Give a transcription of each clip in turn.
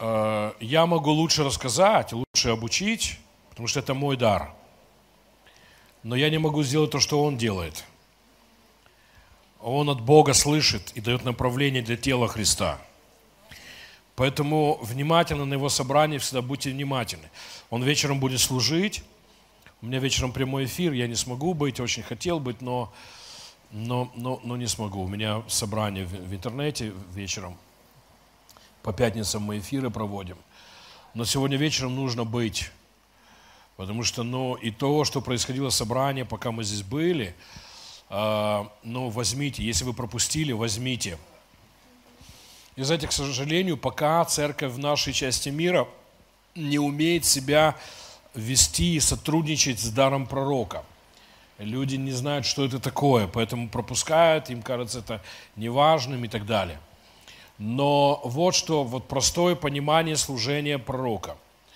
я могу лучше рассказать, лучше обучить, потому что это мой дар. Но я не могу сделать то, что он делает. Он от Бога слышит и дает направление для тела Христа. Поэтому внимательно на его собрании всегда будьте внимательны. Он вечером будет служить. У меня вечером прямой эфир, я не смогу быть, очень хотел быть, но не смогу. У меня собрание в интернете вечером. По пятницам мы эфиры проводим. Но сегодня вечером нужно быть. Потому что, и то, что происходило собрание, пока мы здесь были, возьмите. Если вы пропустили, возьмите. И знаете, к сожалению, пока церковь в нашей части мира не умеет себя вести и сотрудничать с даром пророка. Люди не знают, что это такое, поэтому пропускают, им кажется это неважным и так далее. Но вот что, простое понимание служения пророка.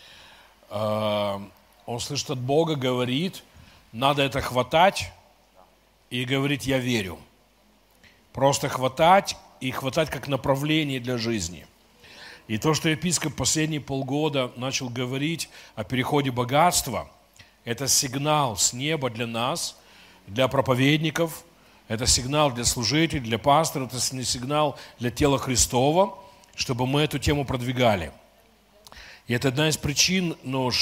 Он слышит от Бога, говорит, надо это хватать и говорит, я верю. Просто хватать и хватать как направление для жизни. И то, что епископ последние полгода начал говорить о переходе богатства, это сигнал с неба для нас, для проповедников, это сигнал для служителей, для пасторов, это сигнал для тела Христова, чтобы мы эту тему продвигали. И это одна из причин,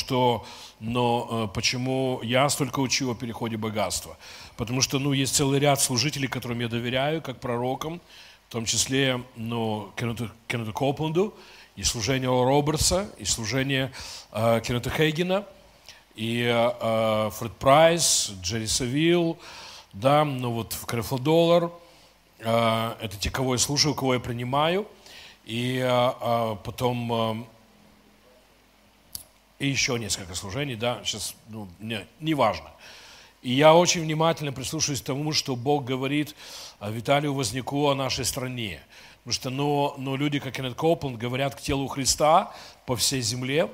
почему я столько учу о переходе богатства. Потому что есть целый ряд служителей, которым я доверяю, как пророкам, в том числе Кеннету Копланду, и служение Ола Робертса, и служение Кеннета Хейгена, и Фред Прайс, Джерри Савилл, в Крефло Доллар. Это те, кого я слушаю, кого я принимаю. И потом и еще несколько служений, сейчас, не важно. И я очень внимательно прислушиваюсь к тому, что Бог говорит Виталию Возняку о нашей стране. Потому что, люди, как Кеннет Копланд, говорят к телу Христа по всей земле,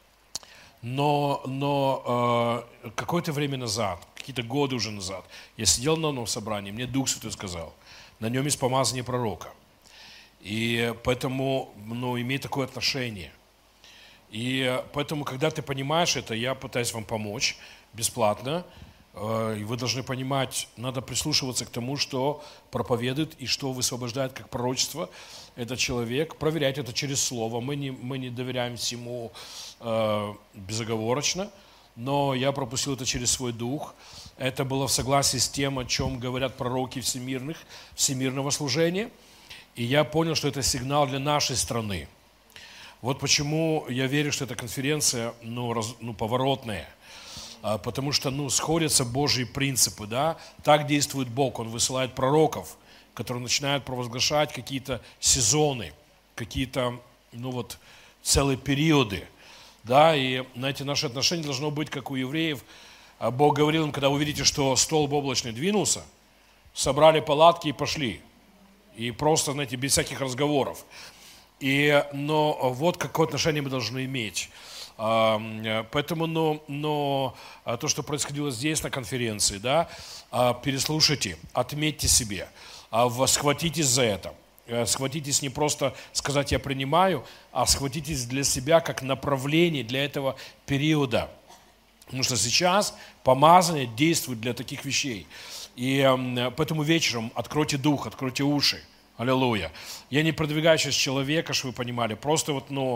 но какое-то время назад, какие-то годы уже назад, я сидел на одном собрании, мне Дух Святой сказал, на нем есть помазание пророка. И поэтому, имеет такое отношение. И поэтому, когда ты понимаешь это, я пытаюсь вам помочь бесплатно. И вы должны понимать, надо прислушиваться к тому, что проповедует и что высвобождает как пророчество этот человек, проверять это через слово. Мы не доверяем всему безоговорочно, но я пропустил это через свой дух. Это было в согласии с тем, о чем говорят пророки всемирного служения. И я понял, что это сигнал для нашей страны. Вот почему я верю, что эта конференция поворотная. Потому что, сходятся Божьи принципы, так действует Бог, Он высылает пророков, которые начинают провозглашать какие-то сезоны, какие-то, целые периоды, и, знаете, наше отношение должно быть, как у евреев. Бог говорил им, когда вы видите, что столб облачный двинулся, собрали палатки и пошли, и просто, знаете, без всяких разговоров. Но вот какое отношение мы должны иметь. Поэтому, то, что происходило здесь на конференции, переслушайте, отметьте себе, схватитесь за это. Схватитесь не просто сказать «я принимаю», а схватитесь для себя как направление для этого периода. Потому что сейчас помазание действует для таких вещей. И поэтому вечером откройте дух, откройте уши. Аллилуйя. Я не продвигаю сейчас человека, чтобы вы понимали. Просто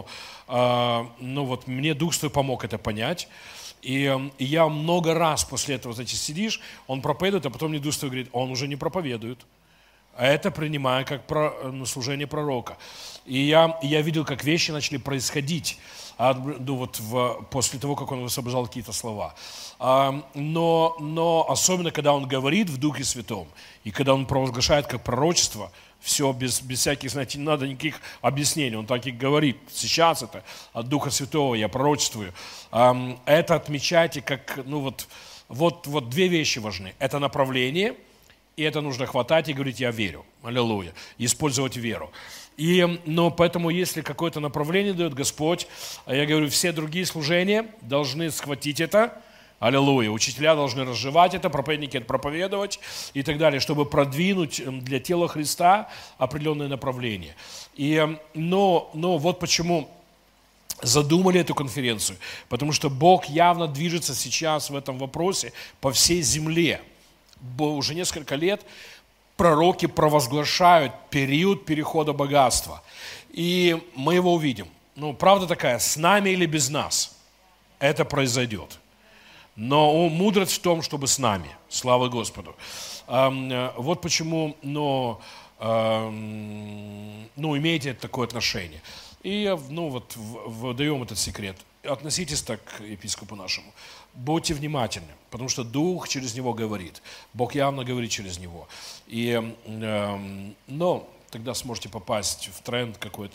мне Дух Святой помог это понять. И я много раз после этого, сидишь, он проповедует, а потом мне Дух Святой говорит, он уже не проповедует. А это принимаю как служение пророка. И я видел, как вещи начали происходить после того, как он высвобождал какие-то слова. Но особенно, когда он говорит в Духе Святом, и когда он провозглашает как пророчество, все без всяких, знаете, не надо никаких объяснений. Он так и говорит. Сейчас это от Духа Святого я пророчествую. Это отмечайте как, вот две вещи важны. Это направление, и это нужно хватать и говорить, я верю. Аллилуйя. Использовать веру. Но поэтому, если какое-то направление дает Господь, я говорю, все другие служения должны схватить это. Аллилуйя. Учителя должны разжевать это, проповедники это проповедовать и так далее, чтобы продвинуть для тела Христа определенное направление. Но вот почему задумали эту конференцию, потому что Бог явно движется сейчас в этом вопросе по всей земле. Уже несколько лет пророки провозглашают период перехода богатства. И мы его увидим. Правда такая, с нами или без нас это произойдет. Но мудрость в том, чтобы с нами. Слава Господу. Вот почему, имейте такое отношение. И выдаем этот секрет. Относитесь так к епископу нашему. Будьте внимательны, потому что Дух через него говорит. Бог явно говорит через него. Но тогда сможете попасть в тренд какой-то,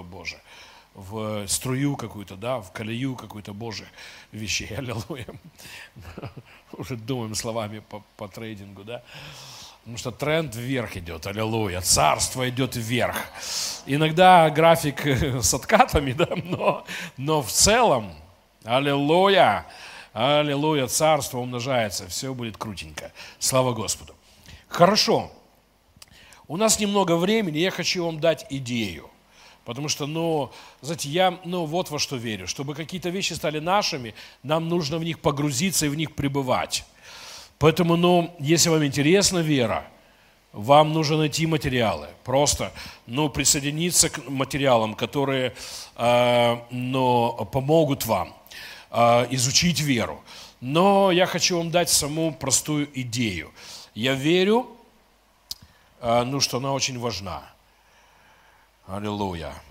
в струю какую-то, в колею какую-то Божьих вещей. Аллилуйя. Уже думаем словами по трейдингу, да? Потому что тренд вверх идет, аллилуйя, царство идет вверх. Иногда график с откатами, но в целом, аллилуйя, аллилуйя, царство умножается, все будет крутенько. Слава Господу. Хорошо, у нас немного времени, я хочу вам дать идею. Потому что, знаете, я вот во что верю. Чтобы какие-то вещи стали нашими, нам нужно в них погрузиться и в них пребывать. Поэтому, если вам интересна вера, вам нужно найти материалы. Просто, присоединиться к материалам, которые, помогут вам изучить веру. Но я хочу вам дать саму простую идею. Я верю, что она очень важна. Аллилуйя.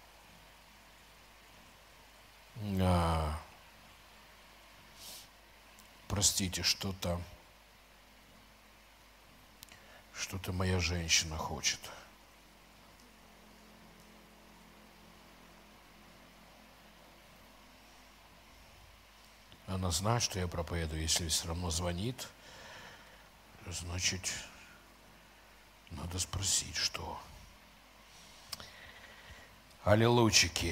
Простите, что-то моя женщина хочет. Она знает, что я проповедую. Если все равно звонит, значит, надо спросить, что. Аллилуйчики.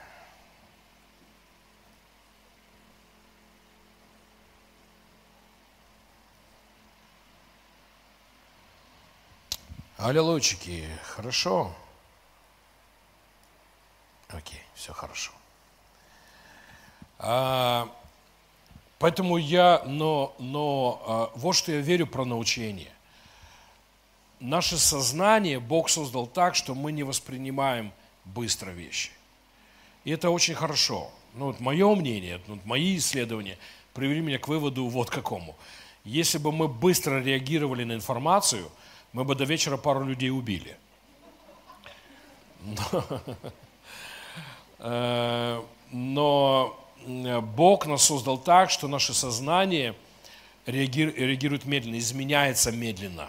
Аллилуйчики. Хорошо. Окей, все хорошо. Поэтому вот что я верю про научение. Наше сознание Бог создал так, что мы не воспринимаем быстро вещи. И это очень хорошо. Мое мнение, мои исследования привели меня к выводу вот какому. Если бы мы быстро реагировали на информацию, мы бы до вечера пару людей убили. Но Бог нас создал так, что наше сознание реагирует медленно, изменяется медленно.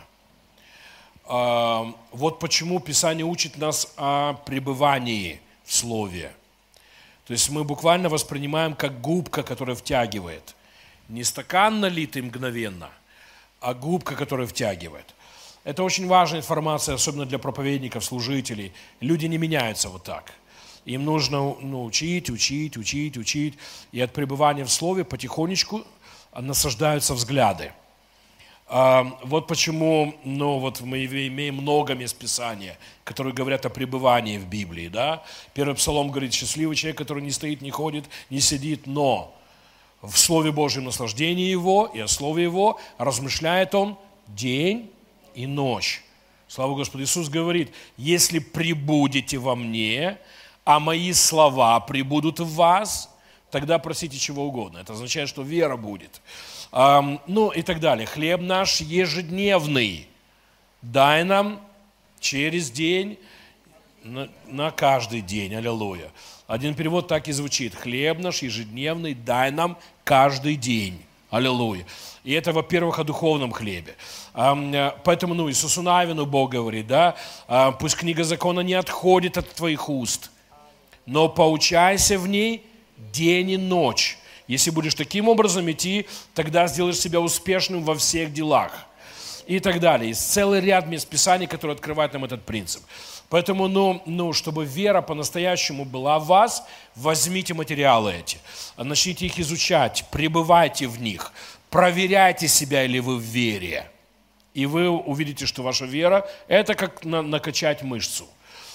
Вот почему Писание учит нас о пребывании в Слове. То есть мы буквально воспринимаем как губка, которая втягивает. Не стакан налитый мгновенно, а губка, которая втягивает. Это очень важная информация, особенно для проповедников, служителей. Люди не меняются вот так. Им нужно учить. И от пребывания в Слове потихонечку насаждаются взгляды. Вот почему, мы имеем много мест Писания, которые говорят о пребывании в Библии, да. Первый Псалом говорит: счастливый человек, который не стоит, не ходит, не сидит, но в Слове Божьем наслаждение его, и о Слове его размышляет он день и ночь. Слава Господу. Иисус говорит: если пребудете во мне, а мои слова пребудут в вас, тогда просите чего угодно. Это означает, что вера будет. И так далее. Хлеб наш ежедневный дай нам через день на каждый день. Аллилуйя. Один перевод так и звучит: хлеб наш ежедневный дай нам каждый день. Аллилуйя. И это, во-первых, о духовном хлебе. Поэтому, Иисусу Навину Бог говорит, да, пусть книга закона не отходит от твоих уст, но поучайся в ней день и ночь. Если будешь таким образом идти, тогда сделаешь себя успешным во всех делах. И так далее. Есть целый ряд мест Писаний, которые открывают нам этот принцип. Поэтому, чтобы вера по-настоящему была в вас, возьмите материалы эти, начните их изучать, пребывайте в них, проверяйте себя, или вы в вере. И вы увидите, что ваша вера – это как накачать мышцу.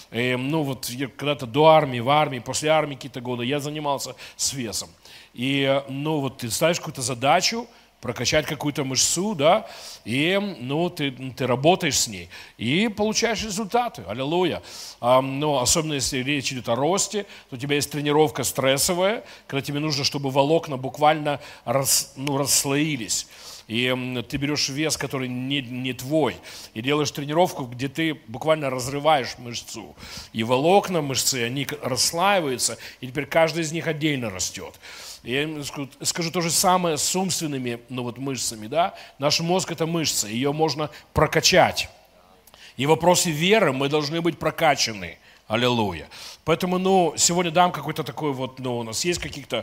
Ну вот я когда-то до армии, в армии, после армии какие-то годы я занимался с весом. И ну вот ты ставишь какую-то задачу, прокачать какую-то мышцу, да, и ну, ты работаешь с ней, и получаешь результаты, аллилуйя. Но особенно если речь идет о росте, то у тебя есть тренировка стрессовая, когда тебе нужно, чтобы волокна буквально расслоились. И ты берешь вес, который не твой, и делаешь тренировку, где ты буквально разрываешь мышцу. И волокна мышцы, они расслаиваются, и теперь каждый из них отдельно растет. Я скажу то же самое с умственными мышцами. Да? Наш мозг – это мышца, ее можно прокачать. И в вопросе веры мы должны быть прокачаны. Аллилуйя. Поэтому, сегодня дам какой-то такой у нас есть каких-то,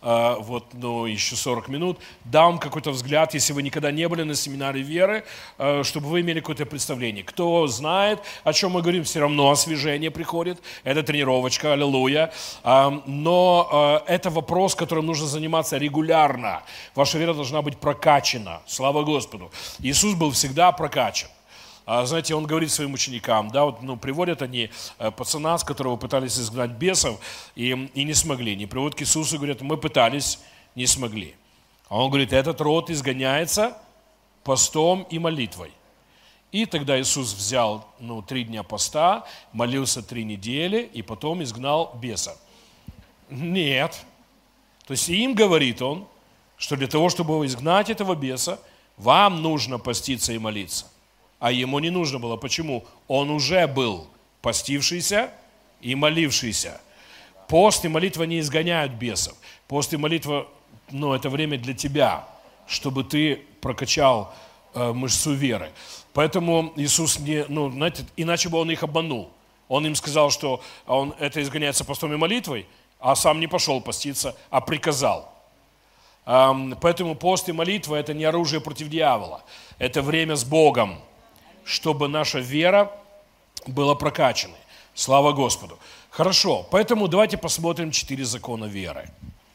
еще 40 минут, дам какой-то взгляд, если вы никогда не были на семинаре веры, чтобы вы имели какое-то представление. Кто знает, о чем мы говорим, все равно освежение приходит, это тренировочка, аллилуйя. Но это вопрос, которым нужно заниматься регулярно. Ваша вера должна быть прокачана, слава Господу. Иисус был всегда прокачан. Знаете, он говорит своим ученикам, да, приводят они пацана, с которого пытались изгнать бесов, и не смогли. Они приводят к Иисусу и говорят, мы пытались, не смогли. А он говорит, этот род изгоняется постом и молитвой. И тогда Иисус взял 3 дня поста, молился 3 недели, и потом изгнал беса. Нет. То есть им говорит он, что для того, чтобы изгнать этого беса, вам нужно поститься и молиться. А ему не нужно было. Почему? Он уже был постившийся и молившийся. Пост и молитва не изгоняют бесов. Пост и молитва, это время для тебя, чтобы ты прокачал мышцу веры. Поэтому Иисус иначе бы он их обманул. Он им сказал, что это изгоняется постом и молитвой, а сам не пошел поститься, а приказал. Поэтому пост и молитва – это не оружие против дьявола. Это время с Богом, чтобы наша вера была прокачанной. Слава Господу. Хорошо, поэтому давайте посмотрим 4 закона веры.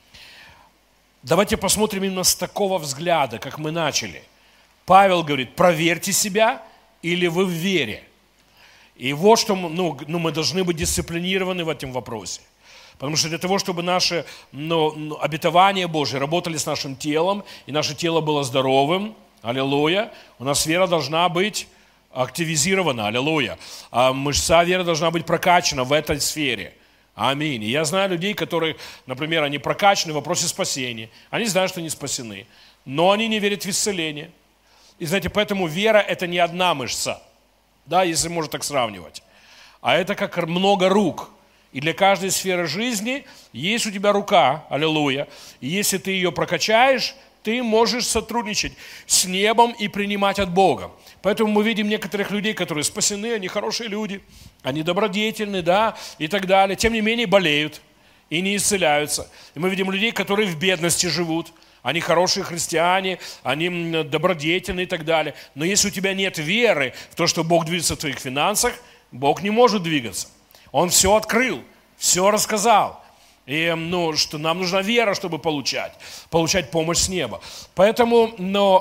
Давайте посмотрим именно с такого взгляда, как мы начали. Павел говорит, проверьте себя, или вы в вере. И вот что мы должны быть дисциплинированы в этом вопросе. Потому что для того, чтобы наши обетования Божьи работали с нашим телом, и наше тело было здоровым, аллилуйя, у нас вера должна быть активизирована, аллилуйя. А мышца веры должна быть прокачана в этой сфере. Аминь. И я знаю людей, которые, например, они прокачаны в вопросе спасения. Они знают, что они спасены, но они не верят в исцеление. И знаете, поэтому вера – это не одна мышца, да, если можно так сравнивать. А это как много рук. И для каждой сферы жизни есть у тебя рука, аллилуйя. И если ты ее прокачаешь, ты можешь сотрудничать с небом и принимать от Бога. Поэтому мы видим некоторых людей, которые спасены, они хорошие люди, они добродетельны, да, и так далее. Тем не менее болеют и не исцеляются. И мы видим людей, которые в бедности живут. Они хорошие христиане, они добродетельны и так далее. Но если у тебя нет веры в то, что Бог движется в твоих финансах, Бог не может двигаться. Он все открыл, все рассказал. И, что нам нужна вера, чтобы получать помощь с неба. Поэтому,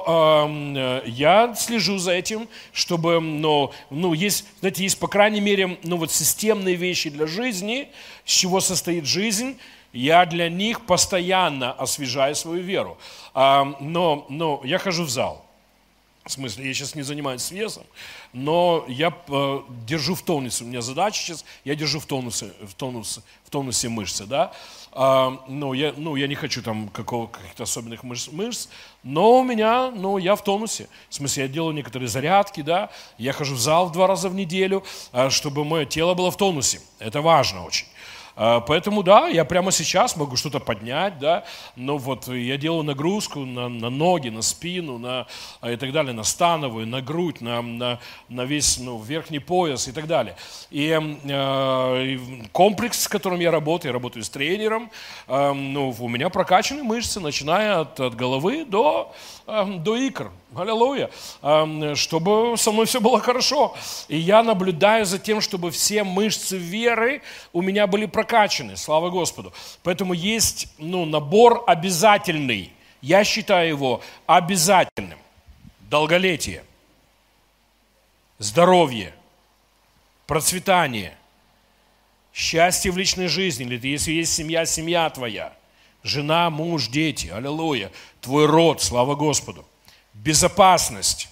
я слежу за этим, чтобы, есть, по крайней мере, системные вещи для жизни, с чего состоит жизнь. Я для них постоянно освежаю свою веру. Но я хожу в зал. В смысле, я сейчас не занимаюсь весом, но я держу в тонусе. У меня задача сейчас, я держу в тонусе мышцы, да. Я не хочу там каких-то особенных мышц, но у меня, я в тонусе. В смысле, я делаю некоторые зарядки, да. Я хожу в зал 2 раза в неделю, чтобы мое тело было в тонусе. Это важно очень. Поэтому, да, я прямо сейчас могу что-то поднять, да, я делаю нагрузку на ноги, на спину, и так далее, на становую, на грудь, на весь, верхний пояс и так далее. И комплекс, с которым я работаю с тренером, у меня прокачаны мышцы, начиная от головы до икр. Аллилуйя. Чтобы со мной все было хорошо. И я наблюдаю за тем, чтобы все мышцы веры у меня были прокачаны. Слава Господу. Поэтому есть набор обязательный. Я считаю его обязательным. Долголетие, здоровье, процветание, счастье в личной жизни, или если есть семья, семья твоя, жена, муж, дети, аллилуйя, твой род, слава Господу, безопасность,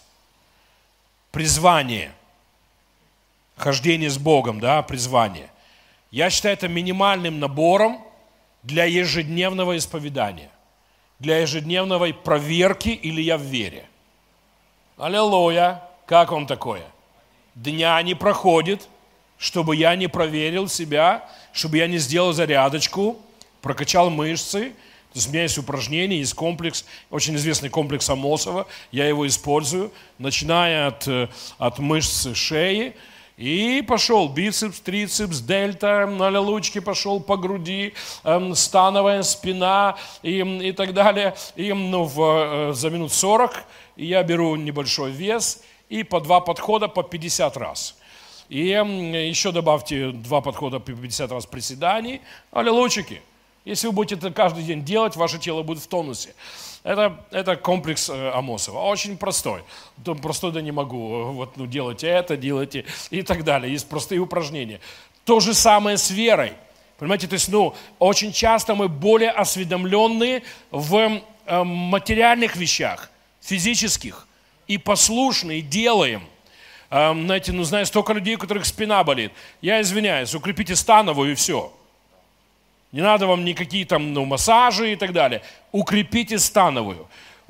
призвание, хождение с Богом, да, призвание. Я считаю это минимальным набором для ежедневного исповедания, для ежедневной проверки, или я в вере. Аллилуйя! Как вам такое? Дня не проходит, чтобы я не проверил себя, чтобы я не сделал зарядочку, прокачал мышцы. То есть у меня есть упражнение, есть комплекс, очень известный комплекс Амосова, я его использую, начиная от мышц шеи, и пошел бицепс, трицепс, дельта, аллилуйчики, пошел по груди, становая спина и так далее. И за минут 40 я беру небольшой вес и по 2 подхода по 50 раз. И еще добавьте 2 подхода по 50 раз приседаний, аллилуйчики. Если вы будете это каждый день делать, ваше тело будет в тонусе. Это комплекс Амосова. Очень простой. Простой да не могу. Делайте это, делайте и так далее. Есть простые упражнения. То же самое с верой. Понимаете, то есть, очень часто мы более осведомленные в материальных вещах, физических, и послушные делаем. Знаете, знаю столько людей, у которых спина болит. Я извиняюсь, укрепите становую и все. Не надо вам никакие там массажи и так далее. Укрепите становую.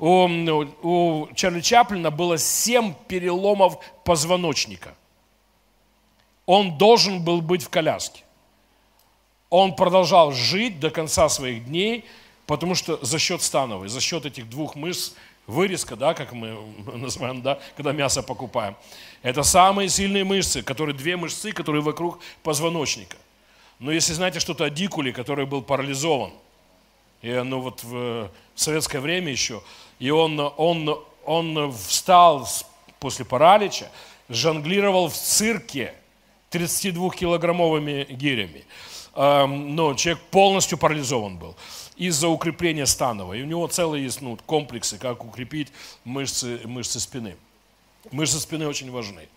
У Чарли Чаплина было 7 переломов позвоночника. Он должен был быть в коляске. Он продолжал жить до конца своих дней, потому что за счет становой, за счет этих 2 мышц, вырезка, да, как мы называем, да, когда мясо покупаем. Это самые сильные мышцы, 2 мышцы, которые вокруг позвоночника. Но если знаете что-то о Дикуле, который был парализован, и, в советское время еще, и он встал после паралича, жонглировал в цирке 32-килограммовыми гирями. Но человек полностью парализован был из-за укрепления становой. И у него целые есть комплексы, как укрепить мышцы спины. Мышцы спины очень важны.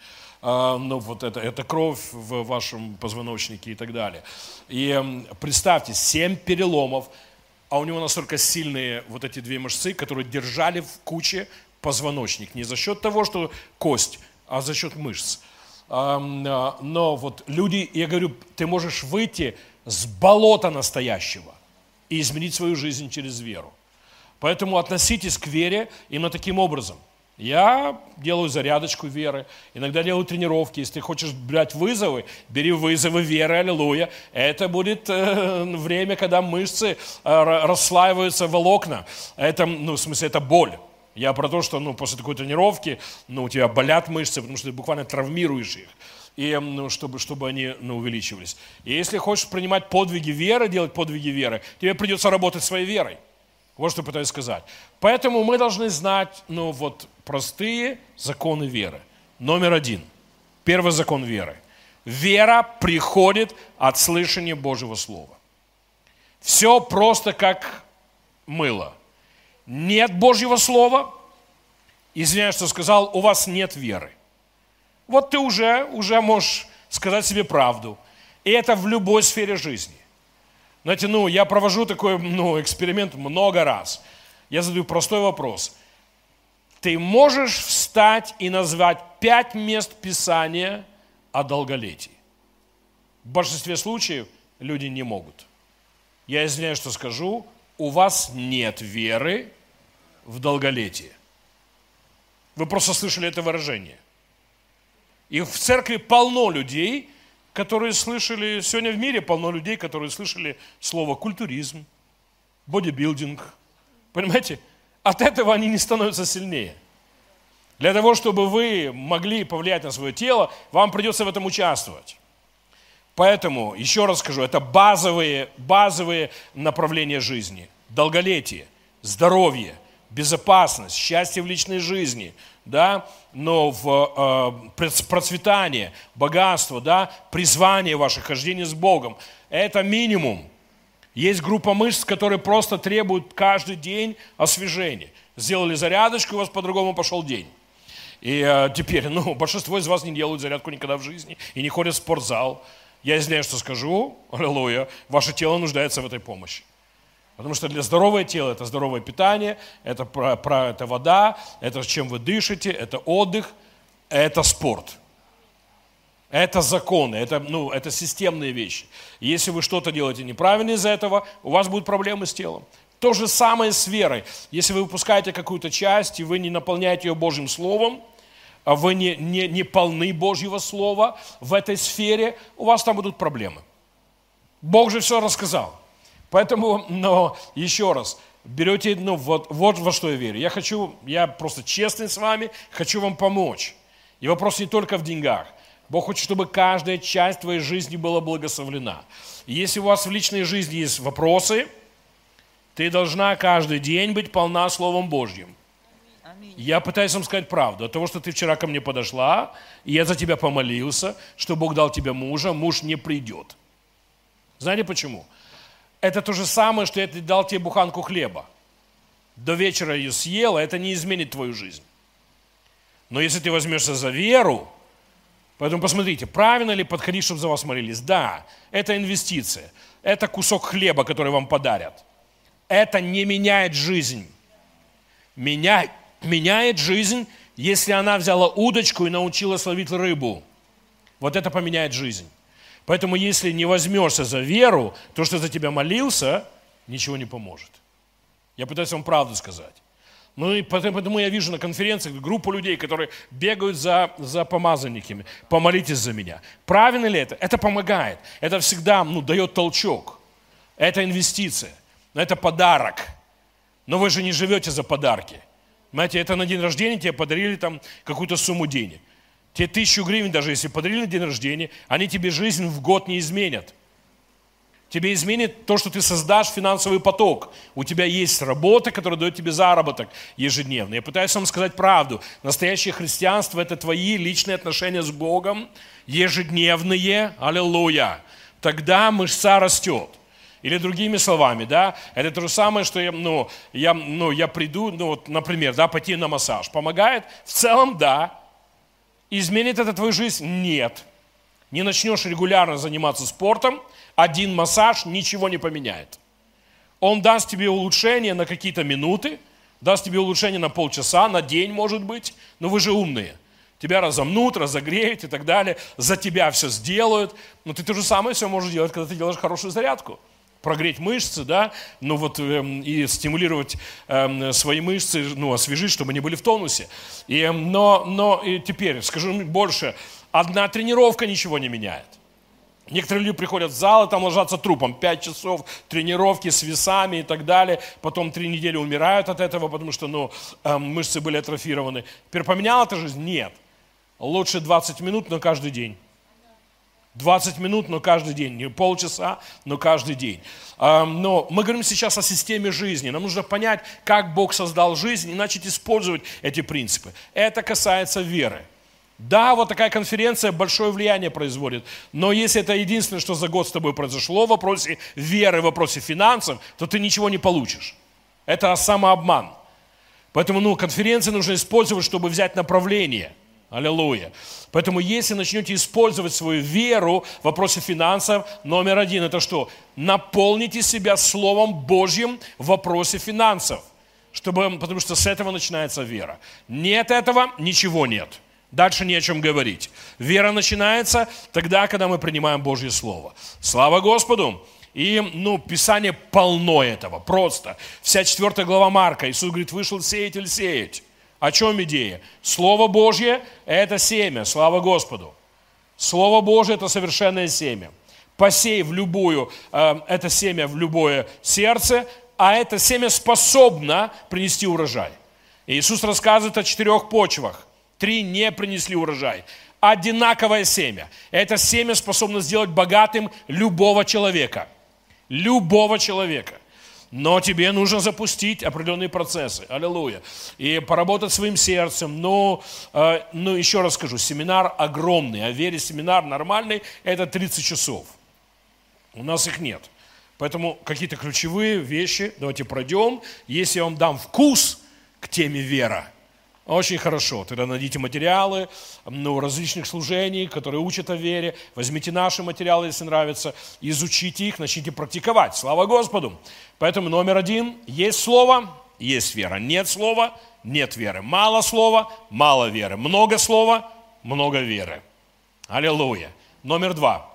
Это кровь в вашем позвоночнике и так далее. И представьте, 7 переломов, а у него настолько сильные эти 2 мышцы, которые держали в куче позвоночник. Не за счет того, что кость, а за счет мышц. Но люди, я говорю, ты можешь выйти с болота настоящего и изменить свою жизнь через веру. Поэтому относитесь к вере именно таким образом. Я делаю зарядочку веры, иногда делаю тренировки. Если ты хочешь брать вызовы, бери вызовы веры, аллилуйя. Это будет время, когда мышцы расслаиваются волокна. Это, это боль. Я про то, что после такой тренировки у тебя болят мышцы, потому что ты буквально травмируешь их. И чтобы они увеличивались. И если хочешь принимать подвиги веры, делать подвиги веры, тебе придется работать своей верой. Вот что пытаюсь сказать. Поэтому мы должны знать, простые законы веры. Номер 1. Первый закон веры. Вера приходит от слышания Божьего Слова. Все просто как мыло. Нет Божьего Слова, извиняюсь, что сказал, у вас нет веры. Вот ты уже можешь сказать себе правду. И это в любой сфере жизни. Знаете, я провожу такой, эксперимент много раз. Я задаю простой вопрос. Ты можешь встать и назвать 5 мест Писания о долголетии? В большинстве случаев люди не могут. Я извиняюсь, что скажу, у вас нет веры в долголетие. Вы просто слышали это выражение. И в церкви полно людей, которые слышали, сегодня в мире полно людей, которые слышали слово культуризм, бодибилдинг. Понимаете? От этого они не становятся сильнее. Для того, чтобы вы могли повлиять на свое тело, вам придется в этом участвовать. Поэтому, еще раз скажу, это базовые направления жизни. Долголетие, здоровье, безопасность, счастье в личной жизни, да, но в процветание, богатство, да, призвание ваше, хождение с Богом. Это минимум. Есть группа мышц, которые просто требуют каждый день освежения. Сделали зарядочку, у вас по-другому пошел день. И теперь, большинство из вас не делают зарядку никогда в жизни и не ходят в спортзал. Я извиняюсь, что скажу, аллилуйя, ваше тело нуждается в этой помощи. Потому что для здорового тела это здоровое питание, это это вода, это чем вы дышите, это отдых, это спорт. Это законы, это системные вещи. Если вы что-то делаете неправильно из-за этого, у вас будут проблемы с телом. То же самое с верой. Если вы выпускаете какую-то часть, и вы не наполняете ее Божьим Словом, а вы не полны Божьего Слова в этой сфере, у вас там будут проблемы. Бог же все рассказал. Поэтому, еще раз, берете, вот во что я верю. Я просто честный с вами, хочу вам помочь. И вопрос не только в деньгах. Бог хочет, чтобы каждая часть твоей жизни была благословлена. И если у вас в личной жизни есть вопросы, ты должна каждый день быть полна Словом Божьим. Я пытаюсь вам сказать правду. От того, что ты вчера ко мне подошла, и я за тебя помолился, что Бог дал тебе мужа, муж не придет. Знаете почему? Это то же самое, что я дал тебе буханку хлеба. До вечера ее съел, а это не изменит твою жизнь. Но если ты возьмешься за веру, поэтому посмотрите, правильно ли подходить, чтобы за вас молились? Да, это инвестиция. Это кусок хлеба, который вам подарят. Это не меняет жизнь. Меняет жизнь, если она взяла удочку и научилась ловить рыбу. Вот это поменяет жизнь. Поэтому если не возьмешься за веру, то, что за тебя молился, ничего не поможет. Я пытаюсь вам правду сказать. И поэтому я вижу на конференциях группу людей, которые бегают за помазанниками. Помолитесь за меня. Правильно ли это? Это помогает. Это всегда дает толчок. Это инвестиция. Это подарок. Но вы же не живете за подарки. Знаете, это на день рождения тебе подарили там какую-то сумму денег. Тебе 1000 гривен, даже если подарили на день рождения, они тебе жизнь в год не изменят. Тебе изменит то, что ты создашь финансовый поток. У тебя есть работа, которая дает тебе заработок ежедневно. Я пытаюсь вам сказать правду. Настоящее христианство – это твои личные отношения с Богом, ежедневные. Аллилуйя. Тогда мышца растет. Или другими словами, да, это то же самое, что я приду, например, пойти на массаж. Помогает? В целом, да. Изменит это твою жизнь? Нет. Не начнешь регулярно заниматься спортом, один массаж ничего не поменяет. Он даст тебе улучшение на какие-то минуты, даст тебе улучшение на полчаса, на день, может быть, но вы же умные. Тебя разомнут, разогреют и так далее, за тебя все сделают. Но ты то же самое все можешь делать, когда ты делаешь хорошую зарядку. Прогреть мышцы, да, и стимулировать свои мышцы, освежить, чтобы они были в тонусе. Но теперь, скажу больше, одна тренировка ничего не меняет. Некоторые люди приходят в зал и там ложатся трупом. 5 часов тренировки с весами и так далее. Потом 3 недели умирают от этого, потому что мышцы были атрофированы. Теперь поменяла эта жизнь? Нет. Лучше 20 минут, но каждый день. 20 минут, но каждый день. Не полчаса, но каждый день. Но мы говорим сейчас о системе жизни. Нам нужно понять, как Бог создал жизнь и начать использовать эти принципы. Это касается веры. Да, вот такая конференция большое влияние производит. Но если это единственное, что за год с тобой произошло в вопросе веры, в вопросе финансов, то ты ничего не получишь. Это самообман. Поэтому конференции нужно использовать, чтобы взять направление. Аллилуйя. Поэтому если начнете использовать свою веру в вопросе финансов, номер 1 это что? Наполните себя Словом Божьим в вопросе финансов. Потому что с этого начинается вера. Нет этого, ничего нет. Дальше не о чем говорить. Вера начинается тогда, когда мы принимаем Божье Слово. Слава Господу! И, Писание полно этого, просто. Вся 4 глава Марка, Иисус говорит, вышел сеятель сеять. О чем идея? Слово Божье – это семя, слава Господу. Слово Божье – это совершенное семя. Посей это семя в любое сердце, а это семя способно принести урожай. И Иисус рассказывает о 4 почвах. 3 не принесли урожай. Одинаковое семя. Это семя способно сделать богатым любого человека. Любого человека. Но тебе нужно запустить определенные процессы. Аллилуйя. И поработать своим сердцем. Еще раз скажу, семинар огромный. О вере семинар нормальный – это 30 часов. У нас их нет. Поэтому какие-то ключевые вещи давайте пройдем. Если я вам дам вкус к теме вера, Очень хорошо. Тогда найдите материалы различных служений, которые учат о вере. Возьмите наши материалы, если нравится, изучите их, начните практиковать. Слава Господу. Поэтому номер 1. Есть слово, есть вера. Нет слова, нет веры. Мало слова, мало веры. Много слова, много веры. Аллилуйя. Номер 2.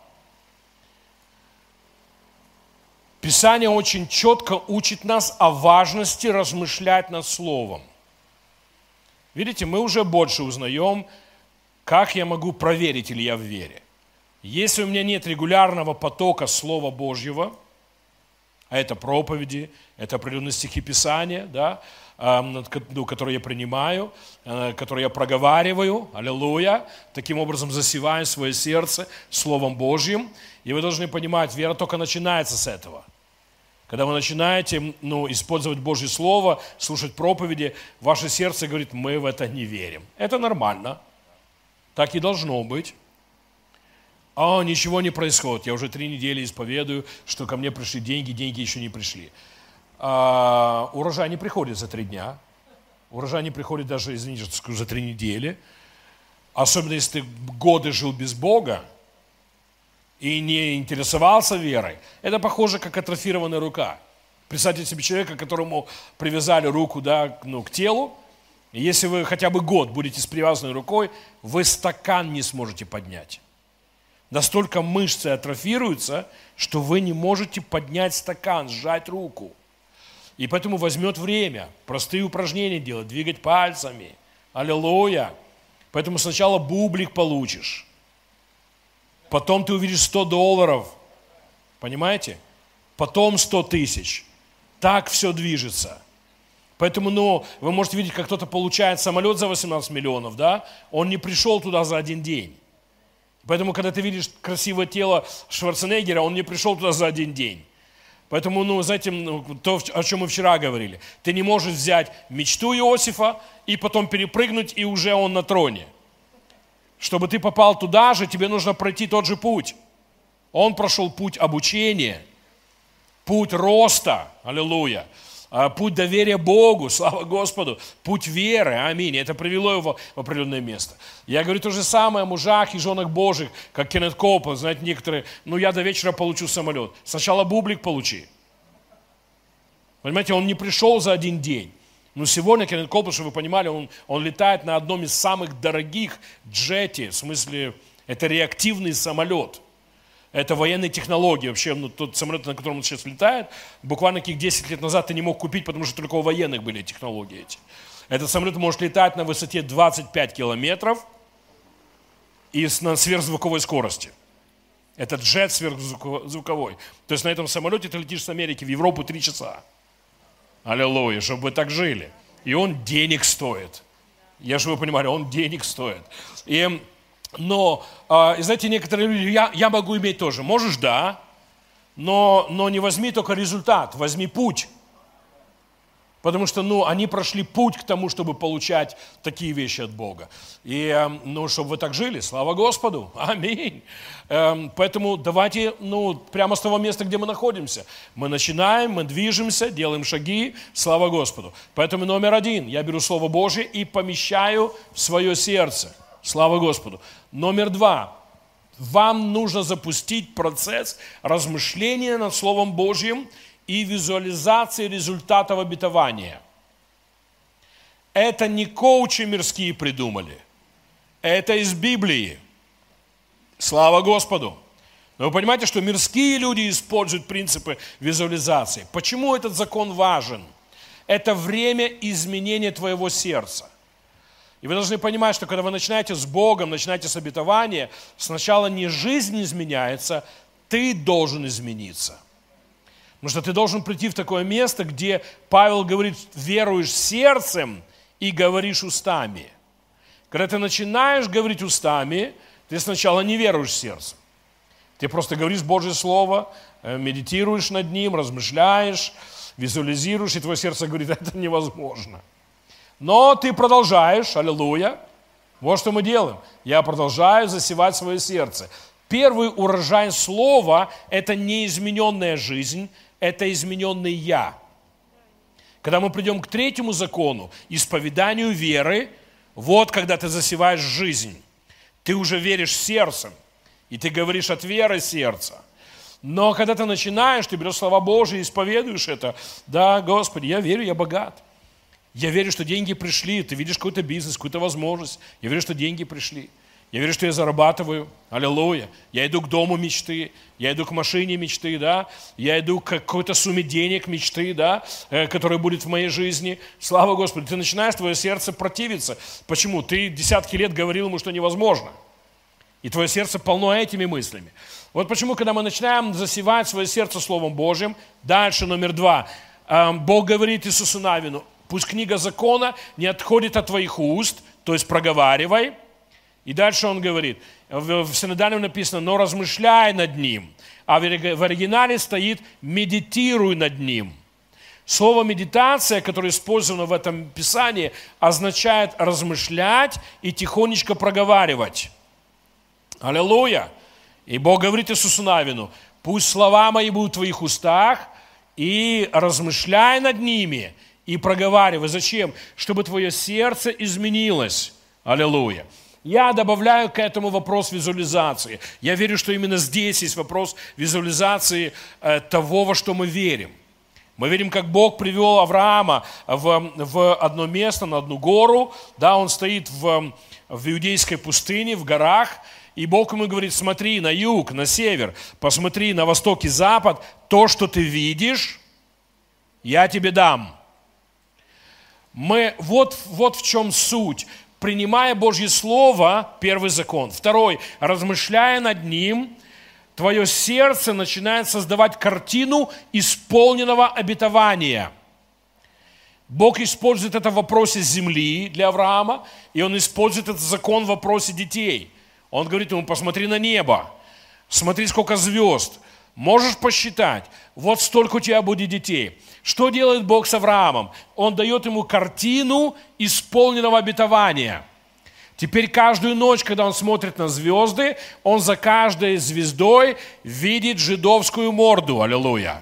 Писание очень четко учит нас о важности размышлять над Словом. Видите, мы уже больше узнаем, как я могу проверить, или я в вере. Если у меня нет регулярного потока Слова Божьего, а это проповеди, это определенные стихи Писания, да, которые я принимаю, которые я проговариваю, аллилуйя, таким образом засеваю свое сердце Словом Божьим. И вы должны понимать, вера только начинается с этого. Когда вы начинаете использовать Божье Слово, слушать проповеди, ваше сердце говорит, мы в это не верим. Это нормально. Так и должно быть. Ничего не происходит. Я уже 3 недели исповедую, что ко мне пришли деньги, деньги еще не пришли. Урожай не приходит за 3 дня. Урожай не приходит даже, извините, что скажу, за 3 недели. Особенно, если ты годы жил без Бога и не интересовался верой. Это похоже, как атрофированная рука. Представьте себе человека, которому привязали руку к телу. И если вы хотя бы год будете с привязанной рукой, вы стакан не сможете поднять. Настолько мышцы атрофируются, что вы не можете поднять стакан, сжать руку. И поэтому возьмет время простые упражнения делать, двигать пальцами. Аллилуйя. Поэтому сначала бублик получишь. Потом ты увидишь $100. Понимаете? Потом 100 тысяч. Так все движется. Поэтому, вы можете видеть, как кто-то получает самолет за 18 миллионов, да? Он не пришел туда за 1 день. Поэтому, когда ты видишь красивое тело Шварценеггера, он не пришел туда за 1 день. Поэтому, знаете, то, о чем мы вчера говорили. Ты не можешь взять мечту Иосифа и потом перепрыгнуть, и уже он на троне. Чтобы ты попал туда же, тебе нужно пройти тот же путь. Он прошел путь обучения, путь роста, аллилуйя, путь доверия Богу, слава Господу, путь веры, аминь. Это привело его в определенное место. Я говорю то же самое о мужах и женах Божьих, как Кеннет Коупленд. Знаете, некоторые, я до вечера получу самолет. Сначала бублик получи. Понимаете, он не пришел за 1 день. Но сегодня Кеннет Коупленд, чтобы вы понимали, он летает на одном из самых дорогих джете, в смысле, это реактивный самолет. Это военные технологии. Вообще, тот самолет, на котором он сейчас летает, буквально 10 лет назад ты не мог купить, потому что только у военных были технологии эти. Этот самолет может летать на высоте 25 километров и на сверхзвуковой скорости. Это джет сверхзвуковой. То есть на этом самолете ты летишь с Америки в Европу 3 часа. Аллилуйя, чтобы вы так жили. И он денег стоит. Чтобы вы понимали, он денег стоит. Но, знаете, некоторые люди, я могу иметь тоже. Можешь, да, но не возьми только результат, возьми путь. Потому что, они прошли путь к тому, чтобы получать такие вещи от Бога. И, чтобы вы так жили, слава Господу, аминь. Поэтому давайте, прямо с того места, где мы находимся. Мы начинаем, мы движемся, делаем шаги, слава Господу. Поэтому номер 1, я беру Слово Божье и помещаю в свое сердце. Слава Господу. Номер 2. Вам нужно запустить процесс размышления над Словом Божьим и визуализации результатов обетования. Это не коучи мирские придумали. Это из Библии. Слава Господу. Но вы понимаете, что мирские люди используют принципы визуализации. Почему этот закон важен? Это время изменения твоего сердца. И вы должны понимать, что когда вы начинаете с Богом, начинаете с обетования, сначала не жизнь изменяется, ты должен измениться. Потому что ты должен прийти в такое место, где Павел говорит, веруешь сердцем и говоришь устами. Когда ты начинаешь говорить устами, ты сначала не веруешь сердцем. Ты просто говоришь Божье Слово, медитируешь над ним, размышляешь, визуализируешь, и твое сердце говорит, это невозможно. Но ты продолжаешь, аллилуйя. Вот что мы делаем. Я продолжаю засевать свое сердце. Первый урожай слова – это не измененная жизнь, это измененный я. Когда мы придем к 3-му закону, исповеданию веры, Вот когда ты засеваешь жизнь, ты уже веришь сердцем, и ты говоришь от веры сердца. Но когда ты начинаешь, ты берешь слова Божьи, исповедуешь это. Да, Господи, я верю, я богат. Я верю, что деньги пришли. Ты видишь какой-то бизнес, какую-то возможность. Я верю, что деньги пришли. Я верю, что я зарабатываю. Аллилуйя. Я иду к дому мечты. Я иду к машине мечты, да. Я иду к какой-то сумме денег мечты, да, которая будет в моей жизни. Слава Господу. Ты начинаешь, твое сердце противиться. Почему? Ты десятки лет говорил ему, что невозможно. И твое сердце полно этими мыслями. Вот почему, когда мы начинаем засевать свое сердце Словом Божьим, дальше номер 2. Бог говорит Иисусу Навину: пусть книга закона не отходит от твоих уст, то есть проговаривай. И дальше он говорит, в синодальном написано: но размышляй над ним. А в оригинале стоит: медитируй над ним. Слово медитация, которое использовано в этом Писании, означает размышлять и тихонечко проговаривать. Аллилуйя! И Бог говорит Иисусу Навину: пусть слова мои будут в твоих устах, и размышляй над ними, и проговаривай. Зачем? Чтобы твое сердце изменилось. Аллилуйя! Я добавляю к этому вопрос визуализации. Я верю, что именно здесь есть вопрос визуализации того, во что мы верим. Мы видим, как Бог привел Авраама в одно место, на одну гору. Да, он стоит в иудейской пустыне, в горах. И Бог ему говорит: смотри на юг, на север, посмотри на восток и запад. То, что ты видишь, я тебе дам. Вот в чем суть. Принимая Божье Слово, первый закон. Второй, размышляя над ним, твое сердце начинает создавать картину исполненного обетования. Бог использует это в вопросе земли для Авраама, и Он использует этот закон в вопросе детей. Он говорит ему: посмотри на небо, смотри, сколько звезд. Можешь посчитать, вот столько у тебя будет детей. Что делает Бог с Авраамом? Он дает ему картину исполненного обетования. Теперь каждую ночь, когда он смотрит на звезды, он за каждой звездой видит жидовскую морду. Аллилуйя!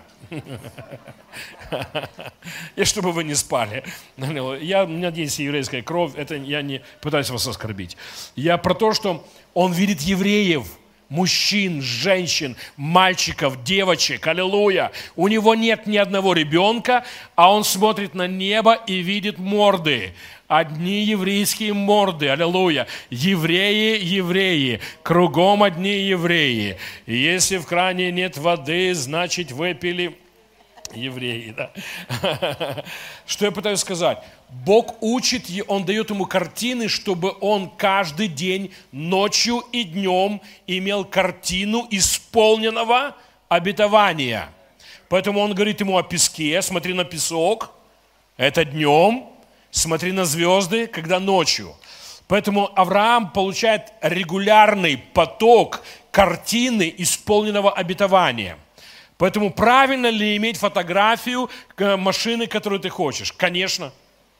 И чтобы вы не спали. У меня есть еврейская кровь, это я не пытаюсь вас оскорбить. Я про то, что он видит евреев, мужчин, женщин, мальчиков, девочек. Аллилуйя! У него нет ни одного ребенка, а он смотрит на небо и видит морды. Одни еврейские морды. Аллилуйя! Евреи, евреи. Кругом одни евреи. И если в кране нет воды, значит выпили... Евреи, да. Что я пытаюсь сказать? Бог учит, Он дает ему картины, чтобы он каждый день, ночью и днем имел картину исполненного обетования. Поэтому он говорит ему о песке: смотри на песок, это днем, смотри на звезды, когда ночью. Поэтому Авраам получает регулярный поток картины исполненного обетования. Поэтому правильно ли иметь фотографию машины, которую ты хочешь? Конечно.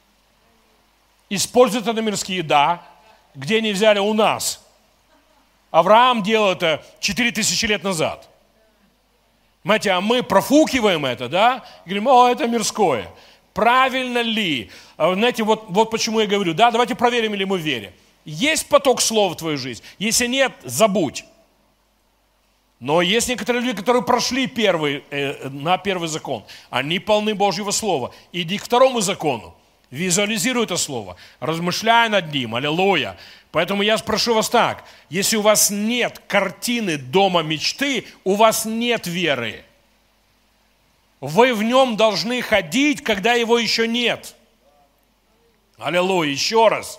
Используют это мирские, да. Где они взяли? У нас. Авраам делал это 4000 лет назад. Понимаете, а мы профукиваем это, да? И говорим: о, это мирское. Правильно ли? Знаете, вот почему я говорю, да, давайте проверим, ли мы верим. Есть поток слова в твою жизнь? Если нет, забудь. Но есть некоторые люди, которые прошли на первый закон. Они полны Божьего Слова. Иди к второму закону. Визуализируй это Слово. Размышляй над ним. Аллилуйя. Поэтому я спрошу вас так. Если у вас нет картины дома мечты, у вас нет веры. Вы в нем должны ходить, когда его еще нет. Аллилуйя. Еще раз.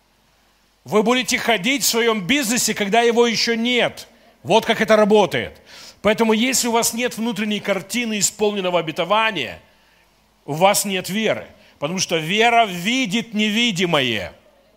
Вы будете ходить в своем бизнесе, когда его еще нет. Вот как это работает. Поэтому, если у вас нет внутренней картины исполненного обетования, у вас нет веры. Потому что вера видит невидимое.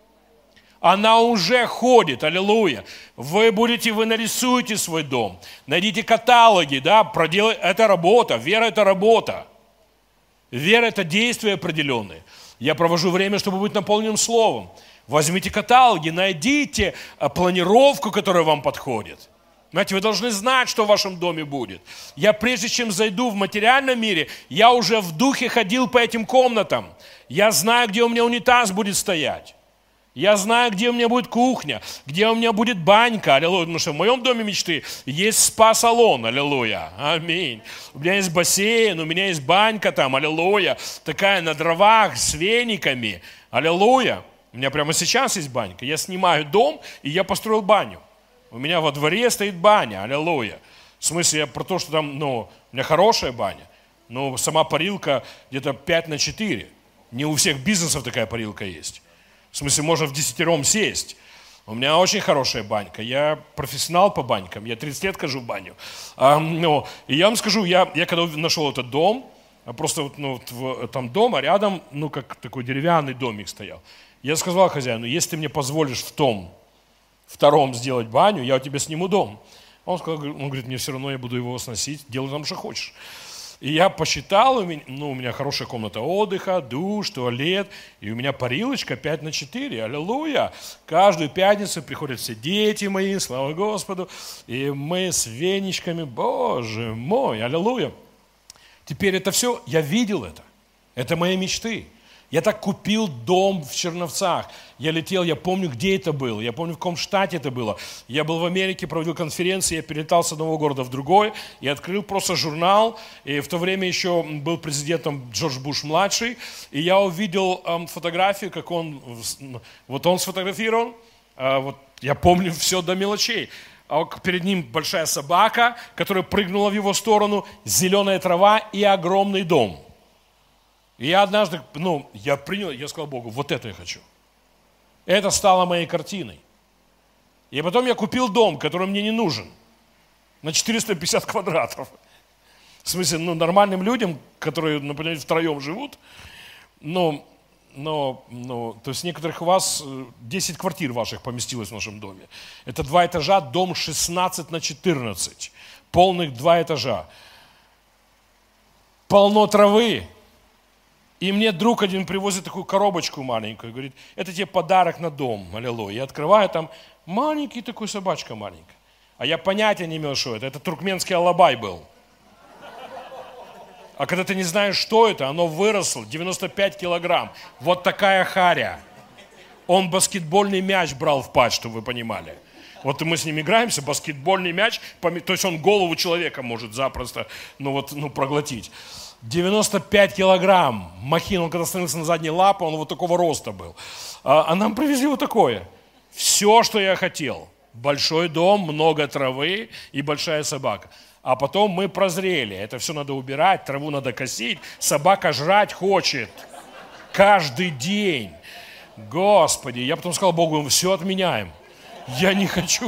Она уже ходит. Аллилуйя. Вы нарисуете свой дом. Найдите каталоги, да, это работа. Вера – это работа. Вера – это действия определенные. Я провожу время, чтобы быть наполненным Словом. Возьмите каталоги, найдите планировку, которая вам подходит. Знаете, вы должны знать, что в вашем доме будет. Я прежде чем зайду в материальном мире, я уже в духе ходил по этим комнатам. Я знаю, где у меня унитаз будет стоять. Я знаю, где у меня будет кухня, где у меня будет банька, аллилуйя. Потому что в моем доме мечты есть спа-салон, аллилуйя, аминь. У меня есть бассейн, у меня есть банька там, аллилуйя. Такая на дровах с вениками, аллилуйя. У меня прямо сейчас есть банька. Я снимаю дом, и я построил баню. У меня во дворе стоит баня, аллилуйя. В смысле, я про то, что там, у меня хорошая баня. Но сама парилка где-то 5×4. Не у всех бизнесов такая парилка есть. В смысле, можно в 10 сесть. У меня очень хорошая банька. Я профессионал по банькам. Я 30 лет хожу в баню. И я вам скажу, я когда нашел этот дом, просто там дом, а рядом, как такой деревянный домик стоял. Я сказал хозяину, если ты мне позволишь в том втором сделать баню, я у тебя сниму дом. Он говорит, мне все равно, я буду его сносить, делай там, что хочешь. И я посчитал, у меня хорошая комната отдыха, душ, туалет, и у меня парилочка 5×4, аллилуйя. Каждую пятницу приходят все дети мои, слава Господу, и мы с веничками, Боже мой, аллилуйя. Теперь это все, я видел это мои мечты. Я так купил дом в Черновцах. Я летел, я помню, где это было. Я помню, в каком штате это было. Я был в Америке, проводил конференции, я перелетал с одного города в другой. Я открыл просто журнал. И в то время еще был президентом Джордж Буш-младший. И я увидел фотографию, как он сфотографирован. Я помню все до мелочей. А перед ним большая собака, которая прыгнула в его сторону, зеленая трава и огромный дом. И я однажды, я сказал Богу, вот это я хочу. Это стало моей картиной. И потом я купил дом, который мне не нужен, на 450 квадратов. В смысле, нормальным людям, которые, например, втроем живут, то есть некоторых у вас 10 квартир ваших поместилось в нашем доме. Это 2 этажа, дом 16×14, полных 2 этажа. Полно травы. И мне друг один привозит такую коробочку маленькую, говорит, это тебе подарок на дом, аллилуйя. Я открываю, там маленький такой собачка маленькая. А я понятия не имел, что это туркменский алабай был. А когда ты не знаешь, что это, оно выросло, 95 килограмм. Вот такая харя. Он баскетбольный мяч брал в пасть, чтобы вы понимали. Вот мы с ним играемся, баскетбольный мяч, то есть он голову человека может запросто проглотить. 95 килограмм. Махин, он когда становился на задние лапы, он вот такого роста был. А нам привезли вот такое. Все, что я хотел. Большой дом, много травы и большая собака. А потом мы прозрели. Это все надо убирать, траву надо косить. Собака жрать хочет. Каждый день. Господи, я потом сказал Богу, мы все отменяем. Я не хочу.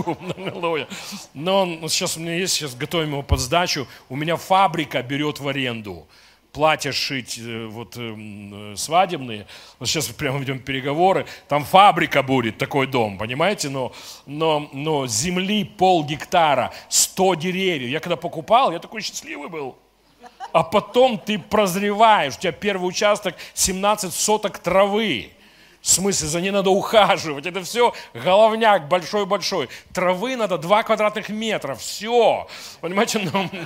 Но сейчас у меня есть, сейчас готовим его под сдачу. У меня фабрика берет в аренду. Платья шить свадебные. Вот сейчас прямо ведем переговоры. Там фабрика будет, такой дом, понимаете? Но земли 0,5 гектара, 100 деревьев. Я когда покупал, я такой счастливый был. А потом ты прозреваешь. У тебя первый участок 17 соток травы. В смысле, за ней надо ухаживать. Это все головняк большой-большой. Травы надо 2 квадратных метра. Все. Понимаете?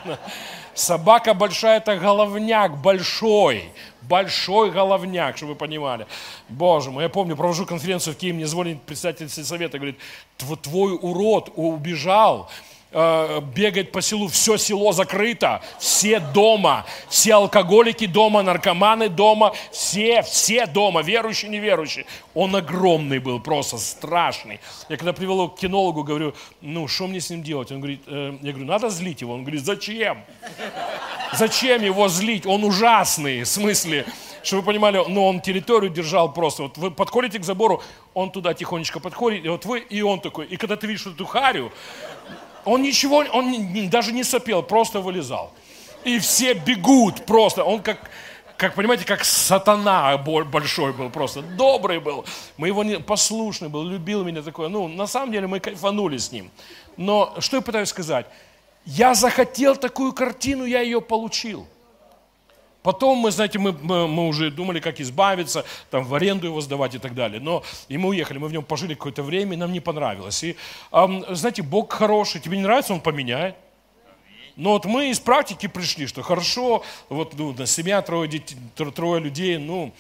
Собака большая, это головняк большой. Большой головняк, чтобы вы понимали. Боже мой, я помню, провожу конференцию в Киеве, мне звонит председатель сельсовета, говорит, твой урод убежал. Бегает по селу, все село закрыто, все дома, все алкоголики дома, наркоманы дома, все дома, верующие, неверующие. Он огромный был, просто страшный. Я когда привел его к кинологу, говорю, что мне с ним делать? Он говорит, я говорю, надо злить его. Он говорит, зачем? Зачем его злить? Он ужасный, в смысле, чтобы вы понимали, он территорию держал просто. Вот вы подходите к забору, он туда тихонечко подходит, и вот вы, и он такой. И когда ты видишь эту харю, он даже не сопел, просто вылезал. И все бегут просто. Он как понимаете, как сатана большой был просто. Добрый был. Мы его послушный был, любил меня такой. На самом деле мы кайфанули с ним. Но что я пытаюсь сказать? Я захотел такую картину, я ее получил. Потом мы уже думали, как избавиться, там в аренду его сдавать и так далее. И мы уехали, мы в нем пожили какое-то время, и нам не понравилось. И, знаете, Бог хороший, тебе не нравится, Он поменяет. Но вот мы из практики пришли, что хорошо, семья, 3 людей,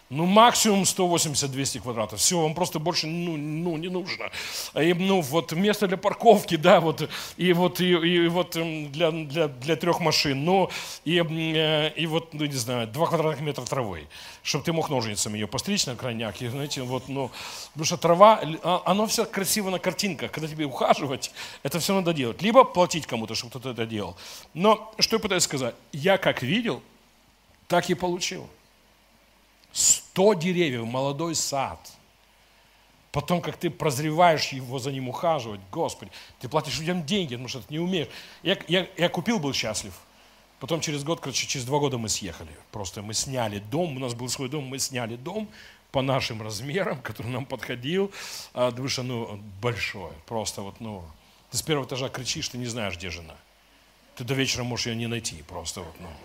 Ну, максимум 180-200 квадратов. Все, вам просто больше не нужно. И, вот место для парковки, да, вот, и вот для 3 машин. Ну, и вот, не знаю, 2 квадратных метра травы, чтобы ты мог ножницами ее постричь на крайняк. И, знаете, вот, потому что трава, оно все красиво на картинках. Когда тебе ухаживать, это все надо делать. Либо платить кому-то, чтобы кто-то это делал. Но, что я пытаюсь сказать? Я как видел, так и получил. 100 деревьев, молодой сад. Потом, как ты прозреваешь его, за ним ухаживать, Господи, ты платишь людям деньги, потому что ты не умеешь. Я купил, был счастлив. Потом через 2 года мы съехали. Просто мы сняли дом, у нас был свой дом, мы сняли дом по нашим размерам, который нам подходил. Потому что, большой. Просто ты с 1-го этажа кричишь, ты не знаешь, где жена. Ты до вечера можешь ее не найти. Просто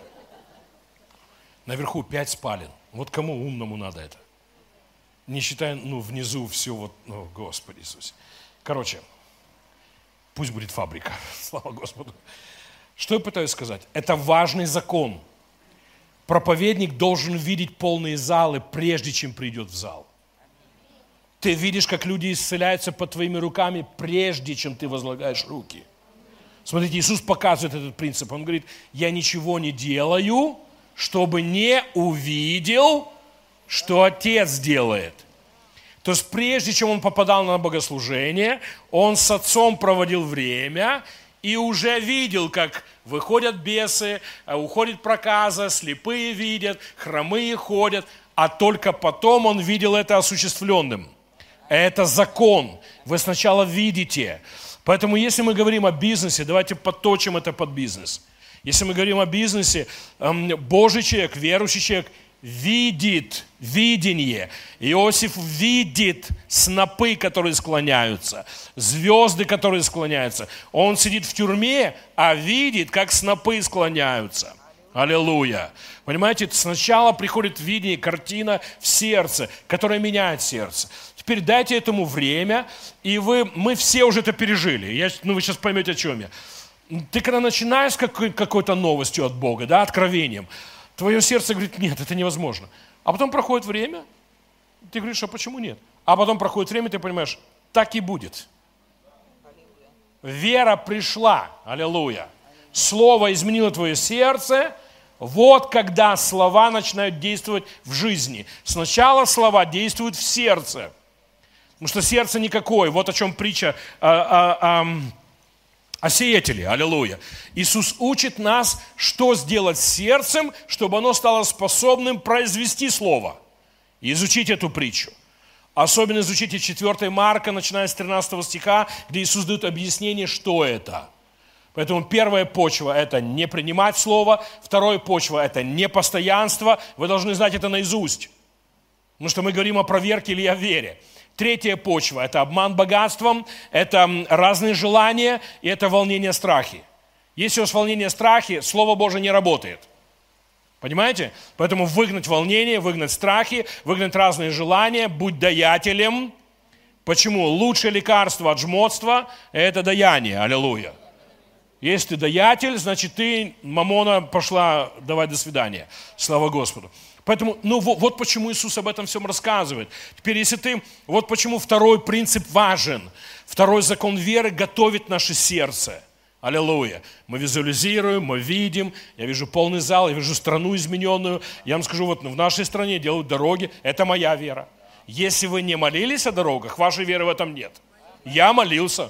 Наверху 5 спален. Вот кому умному надо это? Не считая, внизу все Господи Иисусе. Короче, пусть будет фабрика. Слава Господу. Что я пытаюсь сказать? Это важный закон. Проповедник должен видеть полные залы, прежде чем придет в зал. Ты видишь, как люди исцеляются под твоими руками, прежде чем ты возлагаешь руки. Смотрите, Иисус показывает этот принцип. Он говорит, я ничего не делаю, чтобы не увидел, что Отец делает. То есть прежде чем он попадал на богослужение, он с Отцом проводил время и уже видел, как выходят бесы, уходит проказа, слепые видят, хромые ходят, а только потом он видел это осуществленным. Это закон. Вы сначала видите. Поэтому если мы говорим о бизнесе, давайте подточим это под бизнес. Если мы говорим о бизнесе, Божий человек, верующий человек видит видение. Иосиф видит снопы, которые склоняются, звезды, которые склоняются. Он сидит в тюрьме, а видит, как снопы склоняются. Аллилуйя. Понимаете, сначала приходит видение, картина в сердце, которая меняет сердце. Теперь дайте этому время, и мы все уже это пережили. Вы сейчас поймете, о чем я. Ты когда начинаешь с какой-то новостью от Бога, да, откровением, твое сердце говорит, нет, это невозможно. А потом проходит время, ты говоришь, а почему нет? А потом проходит время, ты понимаешь, так и будет. Вера пришла, аллилуйя. Слово изменило твое сердце. Вот когда слова начинают действовать в жизни. Сначала слова действуют в сердце. Потому что сердце никакое. Вот о чем притча о сеятеле. Аллилуйя. Иисус учит нас, что сделать с сердцем, чтобы оно стало способным произвести слово. И изучить эту притчу. Особенно изучите 4 Марка, начиная с 13 стиха, где Иисус дает объяснение, что это. Поэтому первая почва – это не принимать слово, вторая почва – это непостоянство. Вы должны знать это наизусть. Потому что мы говорим о проверке или о вере. Третья почва – это обман богатством, это разные желания и это волнение, страхи. Если у вас волнение, страхи, Слово Божие не работает. Понимаете? Поэтому выгнать волнение, выгнать страхи, выгнать разные желания, будь даятелем. Почему? Лучшее лекарство от жмотства – это даяние. Аллилуйя. Если ты даятель, значит ты, мамона, пошла, давай до свидания. Слава Господу. Поэтому, вот почему Иисус об этом всем рассказывает. Теперь, вот почему второй принцип важен. Второй закон веры готовит наше сердце. Аллилуйя. Мы визуализируем, мы видим, я вижу полный зал, я вижу страну измененную. Я вам скажу, вот в нашей стране делают дороги, это моя вера. Если вы не молились о дорогах, вашей веры в этом нет. Я молился.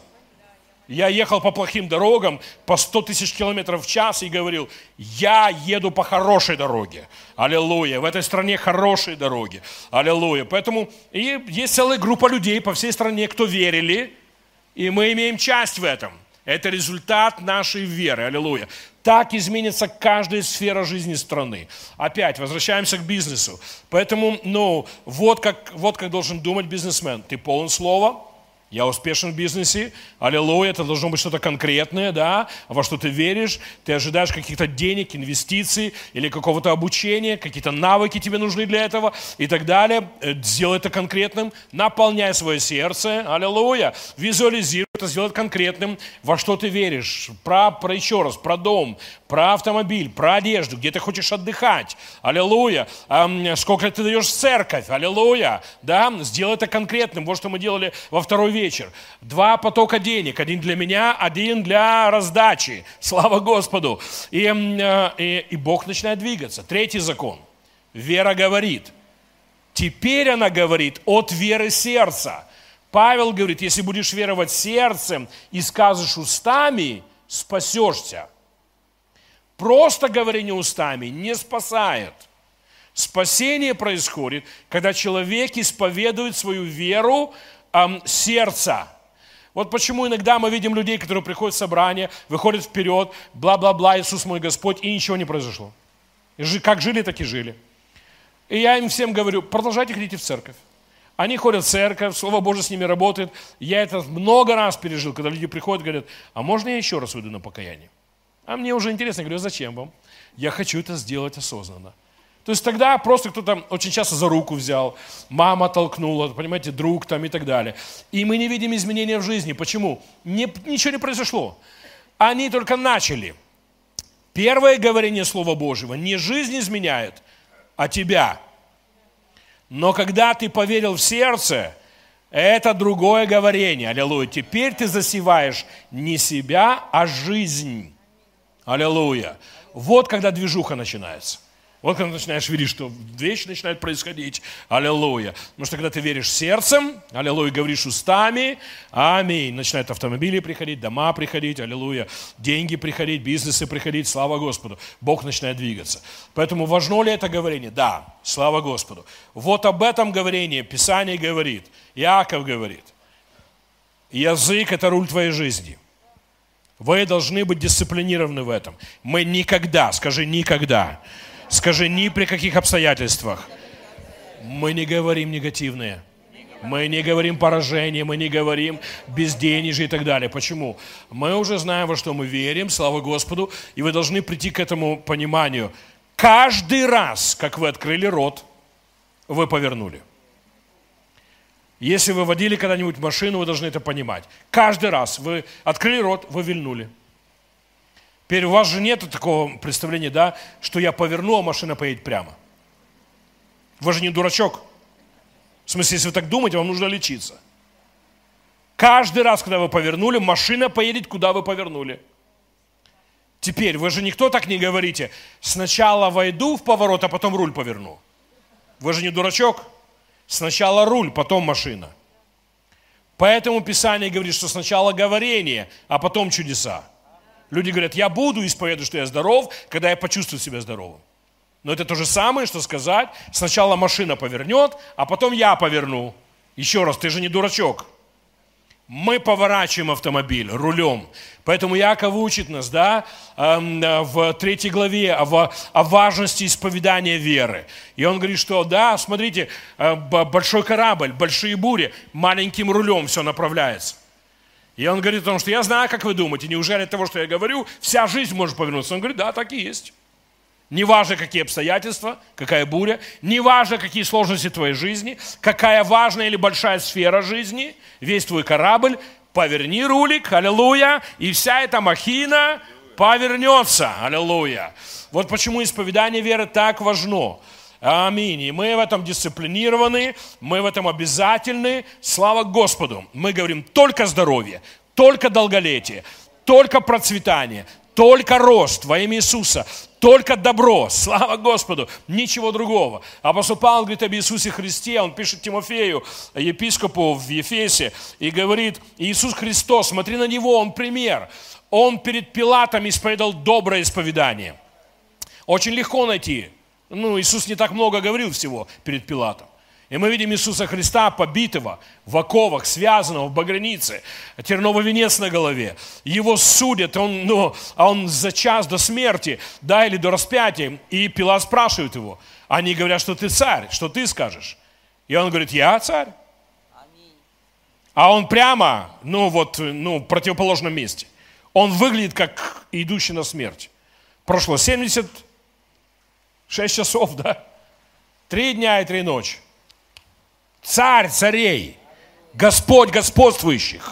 Я ехал по плохим дорогам, по 100 тысяч километров в час и говорил, я еду по хорошей дороге. Аллилуйя. В этой стране хорошие дороги. Аллилуйя. Поэтому и есть целая группа людей по всей стране, кто верили, и мы имеем часть в этом. Это результат нашей веры. Аллилуйя. Так изменится каждая сфера жизни страны. Опять, возвращаемся к бизнесу. Поэтому, вот как должен думать бизнесмен. Ты полон слова. Я успешен в бизнесе, аллилуйя, это должно быть что-то конкретное, да, во что ты веришь, ты ожидаешь каких-то денег, инвестиций или какого-то обучения, какие-то навыки тебе нужны для этого и так далее. Сделай это конкретным, наполняй свое сердце, аллилуйя, визуализируй. это сделать конкретным, во что ты веришь, про еще раз, про дом, про автомобиль, про одежду, где ты хочешь отдыхать, аллилуйя, сколько ты даешь в церковь, аллилуйя, да, сделай это конкретным, вот что мы делали во второй вечер. 2 потока денег, один для меня, один для раздачи, слава Господу, и Бог начинает двигаться. 3-й закон, вера говорит, теперь она говорит от веры сердца. Павел говорит, если будешь веровать сердцем и скажешь устами, спасешься. Просто говорение устами не спасает. Спасение происходит, когда человек исповедует свою веру сердца. Вот почему иногда мы видим людей, которые приходят в собрание, выходят вперед, бла-бла-бла, Иисус мой Господь, и ничего не произошло. Как жили, так и жили. И я им всем говорю, продолжайте ходить в церковь. Они ходят в церковь, Слово Божие с ними работает. Я это много раз пережил, когда люди приходят и говорят, а можно я еще раз выйду на покаяние? А мне уже интересно, я говорю, зачем вам? Я хочу это сделать осознанно. То есть тогда просто кто-то очень часто за руку взял, мама толкнула, понимаете, друг там и так далее. И мы не видим изменения в жизни. Почему? Ничего не произошло. Они только начали. Первое говорение Слова Божьего не жизнь изменяет, а тебя. Но когда ты поверил в сердце, это другое говорение. Аллилуйя. Теперь ты засеваешь не себя, а жизнь. Аллилуйя. Вот когда движуха начинается. Вот когда начинаешь верить, что вещи начинают происходить. Аллилуйя. Потому что когда ты веришь сердцем, аллилуйя, говоришь устами, аминь. Начинают автомобили приходить, дома приходить, аллилуйя. Деньги приходить, бизнесы приходить, слава Господу. Бог начинает двигаться. Поэтому важно ли это говорение? Да, слава Господу. Вот об этом говорении Писание говорит. Иаков говорит. Язык – это руль твоей жизни. Вы должны быть дисциплинированы в этом. Мы никогда, скажи никогда, скажи ни при каких обстоятельствах. Мы не говорим негативные. Мы не говорим поражение, мы не говорим безденежье и так далее. Почему? Мы уже знаем, во что мы верим, слава Господу, и вы должны прийти к этому пониманию. Каждый раз, как вы открыли рот, вы повернули. Если вы водили когда-нибудь машину, вы должны это понимать. Каждый раз вы открыли рот, вы вильнули. Теперь у вас же нет такого представления, да, что я поверну, а машина поедет прямо. Вы же не дурачок. В смысле, если вы так думаете, вам нужно лечиться. Каждый раз, когда вы повернули, машина поедет, куда вы повернули. Теперь, вы же никто так не говорите, сначала войду в поворот, а потом руль поверну. Вы же не дурачок. Сначала руль, потом машина. Поэтому Писание говорит, что сначала говорение, а потом чудеса. Люди говорят, я буду исповедовать, что я здоров, когда я почувствую себя здоровым. Но это то же самое, что сказать, сначала машина повернет, а потом я поверну. Еще раз, ты же не дурачок. Мы поворачиваем автомобиль рулем. Поэтому Иаков учит нас, да, в 3 главе о важности исповедания веры. И он говорит, что, да, смотрите, большой корабль, большие бури, маленьким рулем все направляется. И он говорит о том, что я знаю, как вы думаете, неужели от того, что я говорю, вся жизнь может повернуться? Он говорит, да, так и есть. Неважно, какие обстоятельства, какая буря, неважно, какие сложности твоей жизни, какая важная или большая сфера жизни, весь твой корабль, поверни рулик, аллилуйя, и вся эта махина повернется, аллилуйя. Вот почему исповедание веры так важно. Аминь. И мы в этом дисциплинированы, мы в этом обязательны. Слава Господу. Мы говорим только здоровье, только долголетие, только процветание, только рост во имя Иисуса, только добро, слава Господу, ничего другого. Апостол Павел говорит об Иисусе Христе, он пишет Тимофею, епископу в Ефесе, и говорит, Иисус Христос, смотри на Него, Он пример. Он перед Пилатом исповедал доброе исповедание. Очень легко найти. Иисус не так много говорил всего перед Пилатом. И мы видим Иисуса Христа побитого, в оковах, связанного, в багрянице, терновый венец на голове. Его судят, он за час до смерти, да, или до распятия. И Пилат спрашивает его. Они говорят, что ты царь, что ты скажешь? И он говорит, я царь. А он прямо, в противоположном месте. Он выглядит как идущий на смерть. Прошло 76 часов, да? 3 дня и 3 ночи. Царь царей, Господь господствующих.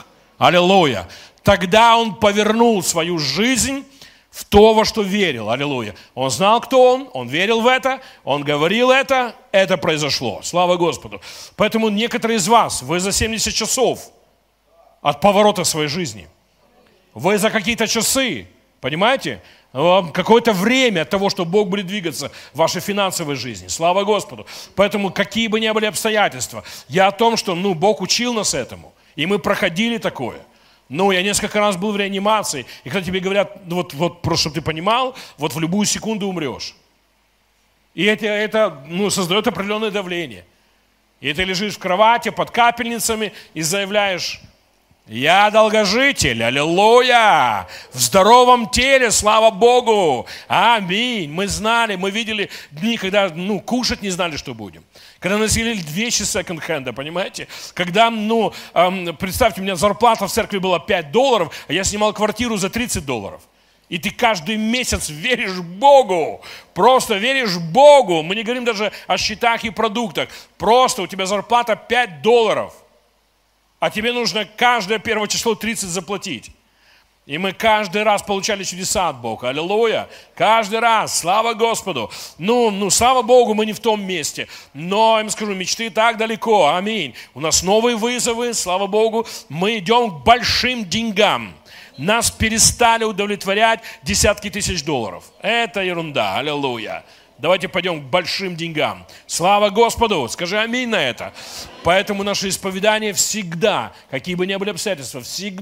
Аллилуйя. Тогда он повернул свою жизнь в то, во что верил. Аллилуйя. Он знал, кто он верил в это, он говорил это произошло. Слава Господу. Поэтому некоторые из вас, вы за 70 часов от поворота своей жизни. Вы за какие-то часы, понимаете? Какое-то время от того, что Бог будет двигаться в вашей финансовой жизни. Слава Господу. Поэтому, какие бы ни были обстоятельства, я о том, что Бог учил нас этому. И мы проходили такое. Я несколько раз был в реанимации, и когда тебе говорят, просто чтобы ты понимал, в любую секунду умрешь. И это создает определенное давление. И ты лежишь в кровати под капельницами и заявляешь: я долгожитель, аллилуйя, в здоровом теле, слава Богу, аминь. Мы знали, мы видели дни, когда, кушать не знали, что будем. Когда носили вещи секонд-хенда, понимаете? Когда, представьте, у меня зарплата в церкви была $5, а я снимал квартиру за $30. И ты каждый месяц веришь Богу, просто веришь Богу. Мы не говорим даже о счетах и продуктах. Просто у тебя зарплата $5. А тебе нужно каждое первое число 30 заплатить. И мы каждый раз получали чудеса от Бога. Аллилуйя. Каждый раз. Слава Господу. Слава Богу, мы не в том месте. Но, я им скажу, мечты так далеко. Аминь. У нас новые вызовы. Слава Богу. Мы идем к большим деньгам. Нас перестали удовлетворять десятки тысяч долларов. Это ерунда. Аллилуйя. Давайте пойдем к большим деньгам. Слава Господу! Скажи аминь на это. Поэтому наше исповедание всегда, какие бы ни были обстоятельства,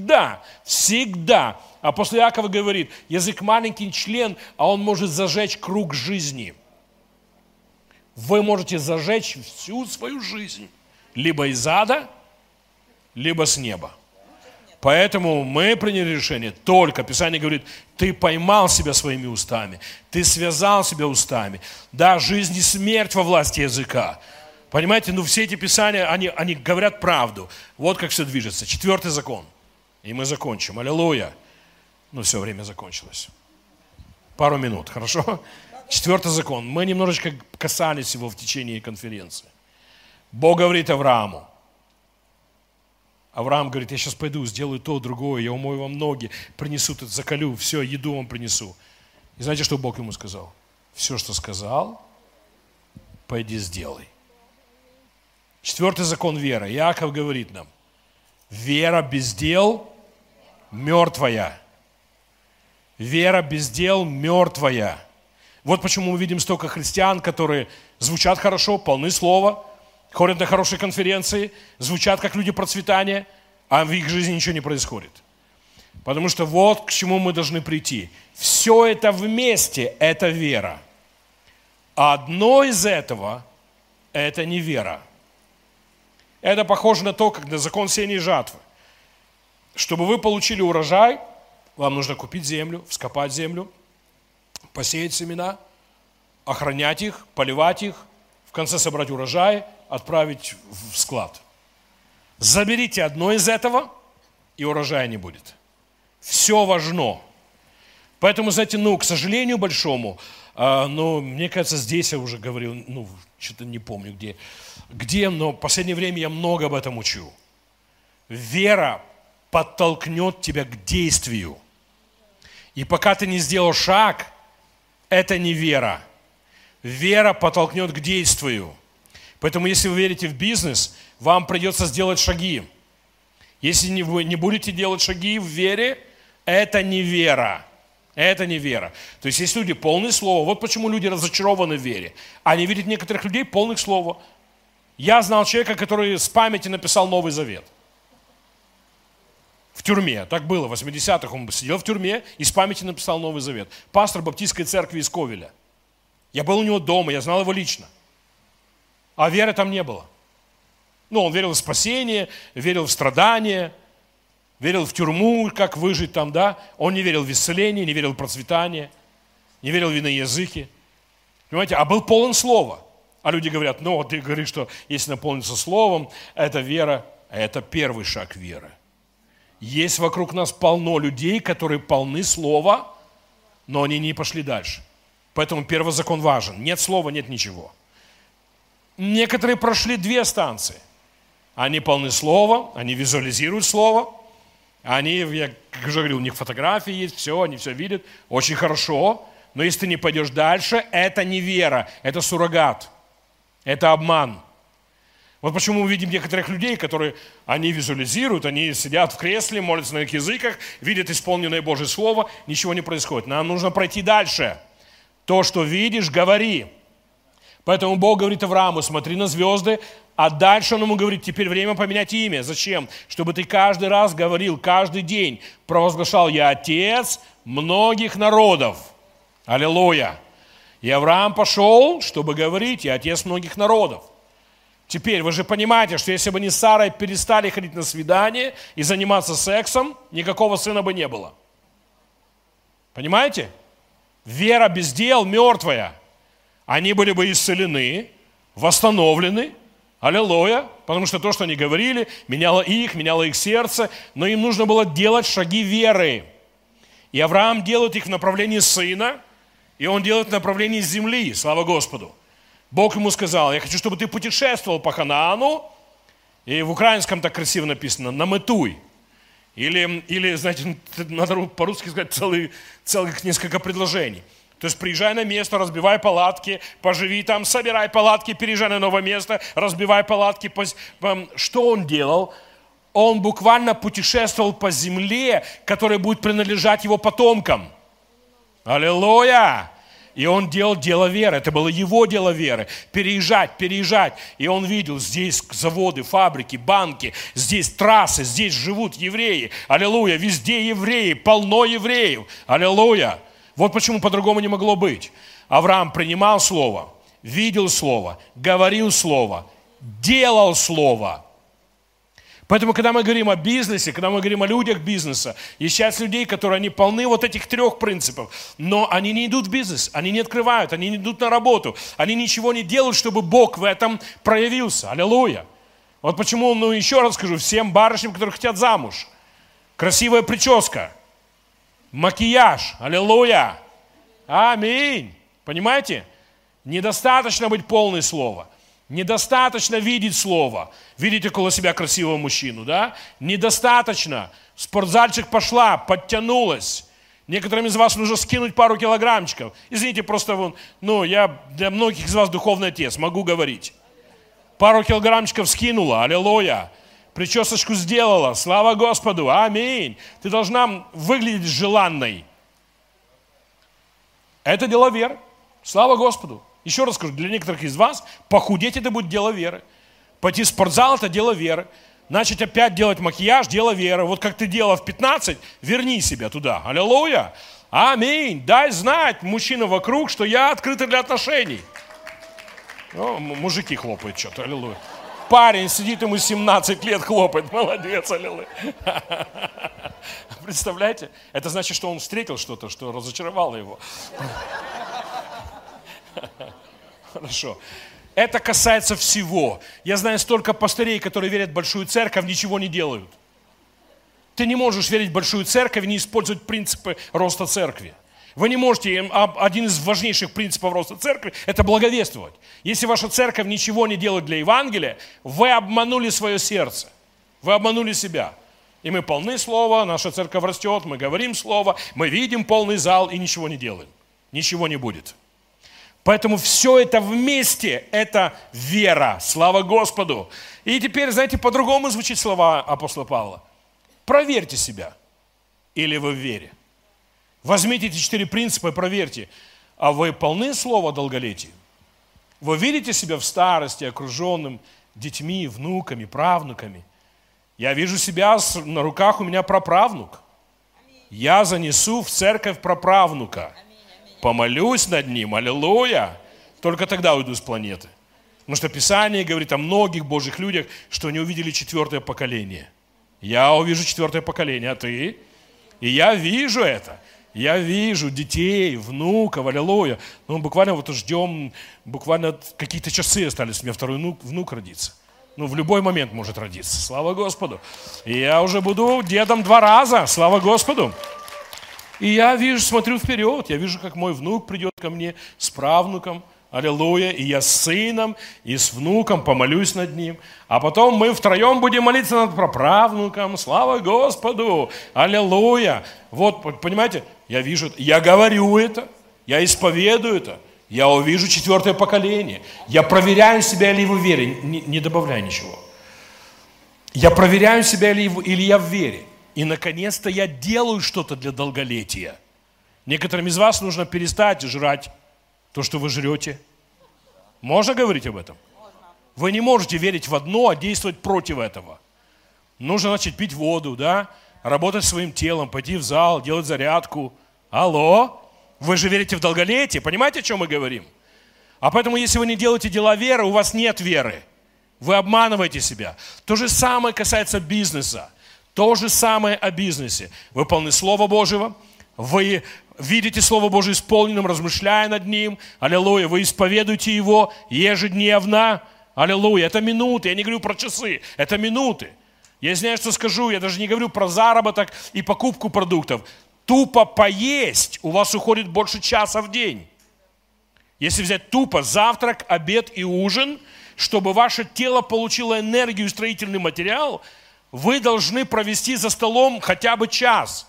всегда. Апостол Иаков говорит, язык маленький член, а он может зажечь круг жизни. Вы можете зажечь всю свою жизнь. Либо из ада, либо с неба. Поэтому мы приняли решение только, Писание говорит, ты поймал себя своими устами, ты связал себя устами. Да, жизнь и смерть во власти языка. Понимаете, все эти Писания, они говорят правду. Вот как все движется. 4-й закон. И мы закончим. Аллилуйя. Все, время закончилось. Пару минут, хорошо? 4-й закон. Мы немножечко касались его в течение конференции. Бог говорит Аврааму. Авраам говорит, я сейчас пойду, сделаю то, другое, я умою вам ноги, принесу тут, заколю, все, еду вам принесу. И знаете, что Бог ему сказал? Все, что сказал, пойди сделай. 4-й закон веры. Иаков говорит нам, вера без дел мертвая. Вера без дел мертвая. Вот почему мы видим столько христиан, которые звучат хорошо, полны слова, ходят на хорошие конференции, звучат как люди процветания, а в их жизни ничего не происходит. Потому что вот к чему мы должны прийти. Все это вместе – это вера. А одно из этого – это не вера. Это похоже на то, как на закон сеяния и жатвы. Чтобы вы получили урожай, вам нужно купить землю, вскопать землю, посеять семена, охранять их, поливать их, в конце собрать урожай, отправить в склад. Заберите одно из этого, и урожая не будет. Все важно. Поэтому, знаете, к сожалению большому, мне кажется, здесь я уже говорил, что-то не помню где, но в последнее время я много об этом учу. Вера подтолкнет тебя к действию. И пока ты не сделал шаг, это не вера. Вера подтолкнет к действию. Поэтому, если вы верите в бизнес, вам придется сделать шаги. Если вы не будете делать шаги в вере, это не вера. Это не вера. То есть, есть люди полные слова. Вот почему люди разочарованы в вере. Они видят некоторых людей полных слова. Я знал человека, который с памяти написал Новый Завет. В тюрьме. Так было. В 80-х он сидел в тюрьме и с памяти написал Новый Завет. Пастор Баптистской церкви из Ковеля. Я был у него дома, я знал его лично. А веры там не было. Он верил в спасение, верил в страдания, верил в тюрьму, как выжить там, да. Он не верил в исцеление, не верил в процветание, не верил в иные языки. Понимаете, а был полон слова. А люди говорят, ты говоришь, что если наполниться словом, это вера, это первый шаг веры. Есть вокруг нас полно людей, которые полны слова, но они не пошли дальше. Поэтому первый закон важен. Нет слова, нет ничего. Некоторые прошли 2 станции. Они полны слова, они визуализируют слово, Они, я уже говорил, у них фотографии есть, все, они все видят, очень хорошо. Но если ты не пойдешь дальше, это не вера, это суррогат, это обман. Вот почему мы видим некоторых людей, которые, они визуализируют, они сидят в кресле, молятся на их языках, видят исполненное Божье Слово, ничего не происходит. Нам нужно пройти дальше. То, что видишь, говори. Поэтому Бог говорит Аврааму, смотри на звезды, а дальше Он ему говорит, теперь время поменять имя. Зачем? Чтобы ты каждый раз говорил, каждый день провозглашал, я отец многих народов. Аллилуйя. И Авраам пошел, чтобы говорить, я отец многих народов. Теперь вы же понимаете, что если бы они с Сарой перестали ходить на свидание и заниматься сексом, никакого сына бы не было. Понимаете? Вера без дел мертвая. Они были бы исцелены, восстановлены. Аллилуйя. Потому что то, что они говорили, меняло их сердце, но им нужно было делать шаги веры. И Авраам делает их в направлении сына, и он делает в направлении земли. Слава Господу. Бог ему сказал, я хочу, чтобы ты путешествовал по Ханаану, и в украинском так красиво написано, наметуй. Или знаете, надо по-русски сказать целых несколько предложений. То есть приезжай на место, разбивай палатки, поживи там, собирай палатки, переезжай на новое место, разбивай палатки. Что он делал? Он буквально путешествовал по земле, которая будет принадлежать его потомкам. Аллилуйя! И он делал дело веры, это было его дело веры. Переезжать. И он видел, здесь заводы, фабрики, банки, здесь трассы, здесь живут евреи. Аллилуйя, везде евреи, полно евреев. Аллилуйя. Вот почему по-другому не могло быть. Авраам принимал слово, видел слово, говорил слово, делал слово. Поэтому, когда мы говорим о бизнесе, когда мы говорим о людях бизнеса, есть часть людей, которые они полны вот этих 3 принципов, но они не идут в бизнес, они не открывают, они не идут на работу, они ничего не делают, чтобы Бог в этом проявился. Аллилуйя. Вот почему, еще раз скажу, всем барышням, которые хотят замуж, красивая прическа, макияж, аллилуйя, аминь. Понимаете? Недостаточно быть полной слова. Недостаточно видеть слово, видеть около себя красивого мужчину, да? Недостаточно. В спортзальчик пошла, подтянулась. Некоторым из вас нужно скинуть пару килограммчиков. Извините, просто я для многих из вас духовный отец, могу говорить. Пару килограммчиков скинула, аллилуйя. Причесочку сделала, слава Господу, аминь. Ты должна выглядеть желанной. Это дело веры, слава Господу. Еще раз скажу, для некоторых из вас похудеть это будет дело веры. Пойти в спортзал это дело веры. Начать опять делать макияж, дело веры. Вот как ты делал в 15, верни себя туда. Аллилуйя. Аминь. Дай знать мужчинам вокруг, что я открыта для отношений. Мужики хлопают что-то. Аллилуйя. Парень сидит, ему 17 лет хлопает. Молодец, аллилуйя. Представляете? Это значит, что он встретил что-то, что разочаровало его. Хорошо. Это касается всего. Я знаю столько пастырей, которые верят в большую церковь, ничего не делают. Ты не можешь верить в большую церковь и не использовать принципы роста церкви. Вы не можете, один из важнейших принципов роста церкви – это благовествовать. Если ваша церковь ничего не делает для Евангелия, вы обманули свое сердце. Вы обманули себя. И мы полны слова, наша церковь растет, мы говорим слово, мы видим полный зал и ничего не делаем. Ничего не будет. Поэтому все это вместе – это вера. Слава Господу. И теперь, знаете, по-другому звучит слова апостола Павла. Проверьте себя. Или вы в вере. Возьмите эти 4 принципа и проверьте. А вы полны слова долголетия? Вы видите себя в старости, окруженным детьми, внуками, правнуками? Я вижу себя, на руках у меня праправнук. Я занесу в церковь праправнука. Помолюсь над ним, аллилуйя. Только тогда уйду с планеты. Потому что Писание говорит о многих Божьих людях, что они увидели 4 поколение. Я увижу 4 поколение, а ты? И я вижу это. Я вижу детей, внуков, аллилуйя. Буквально ждем, буквально какие-то часы остались, у меня второй внук родится. В любой момент может родиться. Слава Господу. И я уже буду дедом 2 раза. Слава Господу. И я вижу, смотрю вперед, я вижу, как мой внук придет ко мне с правнуком. Аллилуйя. И я с сыном, и с внуком помолюсь над ним. А потом мы втроем будем молиться над праправнуком. Слава Господу. Аллилуйя. Вот, понимаете, я вижу, я говорю это, я исповедую это. Я увижу 4-е поколение. Я проверяю себя, ли в вере, не добавляю ничего. Я проверяю себя, или я в вере. И, наконец-то, я делаю что-то для долголетия. Некоторым из вас нужно перестать жрать то, что вы жрете. Можно говорить об этом? Вы не можете верить в одно, а действовать против этого. Нужно начать пить воду, да? Работать своим телом, пойти в зал, делать зарядку. Алло? Вы же верите в долголетие, понимаете, о чем мы говорим? А поэтому, если вы не делаете дела веры, у вас нет веры. Вы обманываете себя. То же самое касается бизнеса. То же самое о бизнесе. Вы полны Слова Божьего, вы видите Слово Божие исполненным, размышляя над ним. Аллилуйя. Вы исповедуете его ежедневно. Аллилуйя. Это минуты. Я не говорю про часы. Это минуты. Я знаю, что скажу. Я даже не говорю про заработок и покупку продуктов. Тупо поесть у вас уходит больше часа в день. Если взять тупо завтрак, обед и ужин, чтобы ваше тело получило энергию и строительный материал, вы должны провести за столом хотя бы час.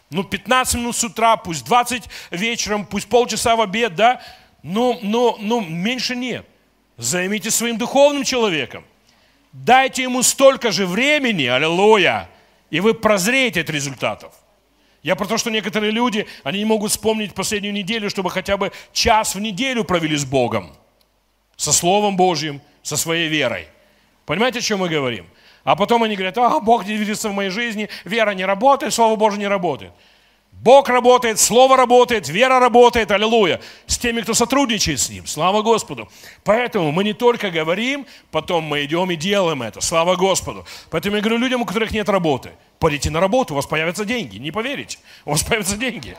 15 минут с утра, пусть 20 вечером, пусть полчаса в обед, да? Но меньше нет. Займитесь своим духовным человеком. Дайте ему столько же времени, аллилуйя, и вы прозреете от результатов. Я про то, что некоторые люди, они не могут вспомнить последнюю неделю, чтобы хотя бы час в неделю провели с Богом, со Словом Божьим, со своей верой. Понимаете, о чем мы говорим? А потом они говорят, Бог не видится в моей жизни, вера не работает, Слово Божье не работает. Бог работает, Слово работает, вера работает, аллилуйя, с теми, кто сотрудничает с Ним. Слава Господу. Поэтому мы не только говорим, потом мы идем и делаем это. Слава Господу. Поэтому я говорю людям, у которых нет работы, пойдите на работу, у вас появятся деньги. Не поверите, у вас появятся деньги.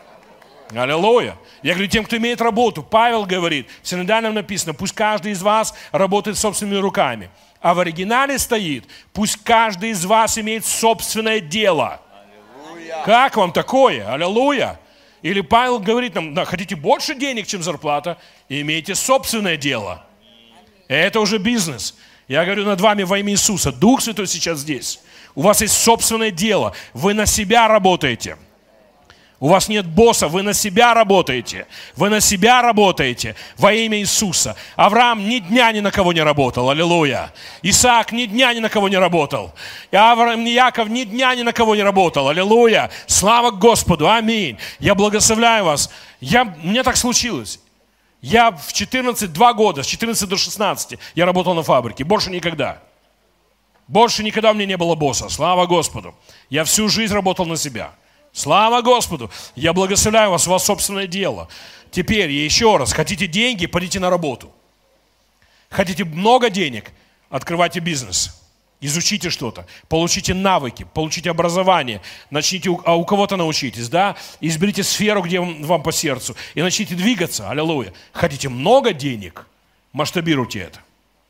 Аллилуйя. Я говорю тем, кто имеет работу. Павел говорит, в синодальном написано, пусть каждый из вас работает собственными руками. А в оригинале стоит, пусть каждый из вас имеет собственное дело. Как вам такое? Аллилуйя. Или Павел говорит нам, хотите больше денег, чем зарплата, имейте собственное дело. Это уже бизнес. Я говорю над вами во имя Иисуса. Дух Святой сейчас здесь. У вас есть собственное дело. Вы на себя работаете. У вас нет босса, вы на себя работаете. Вы на себя работаете во имя Иисуса. Авраам ни дня ни на кого не работал. Аллилуйя. Исаак ни дня ни на кого не работал. Яков ни дня ни на кого не работал. Аллилуйя. Слава Господу. Аминь. Я благословляю вас. Мне так случилось. Я в 2 года, с 14 до 16, я работал на фабрике. Больше никогда. Больше никогда у меня не было босса. Слава Господу. Я всю жизнь работал на себя. Слава Господу! Я благословляю вас, у вас собственное дело. Теперь еще раз, хотите деньги, пойдите на работу. Хотите много денег, открывайте бизнес. Изучите что-то, получите навыки, получите образование, начните, у кого-то научитесь, да? Изберите сферу, где вам по сердцу, и начните двигаться, аллилуйя. Хотите много денег, масштабируйте это.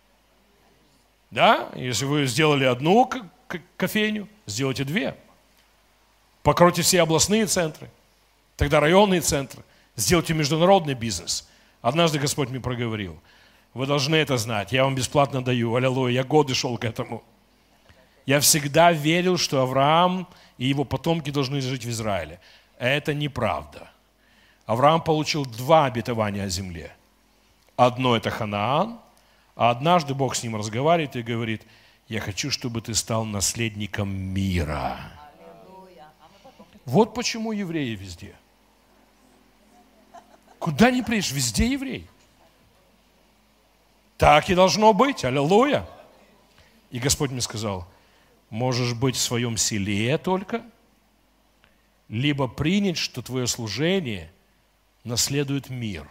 Да? Если вы сделали одну кофейню, сделайте 2. Покройте все областные центры, тогда районные центры. Сделайте международный бизнес. Однажды Господь мне проговорил. Вы должны это знать. Я вам бесплатно даю. Аллилуйя. Я годы шел к этому. Я всегда верил, что Авраам и его потомки должны жить в Израиле. Это неправда. Авраам получил 2 обетования о земле. Одно это Ханаан, а однажды Бог с ним разговаривает и говорит, я хочу, чтобы ты стал наследником мира. Вот почему евреи везде. Куда ни приедешь, везде евреи. Так и должно быть. Аллилуйя. И Господь мне сказал, можешь быть в своем селе только, либо принять, что твое служение наследует мир.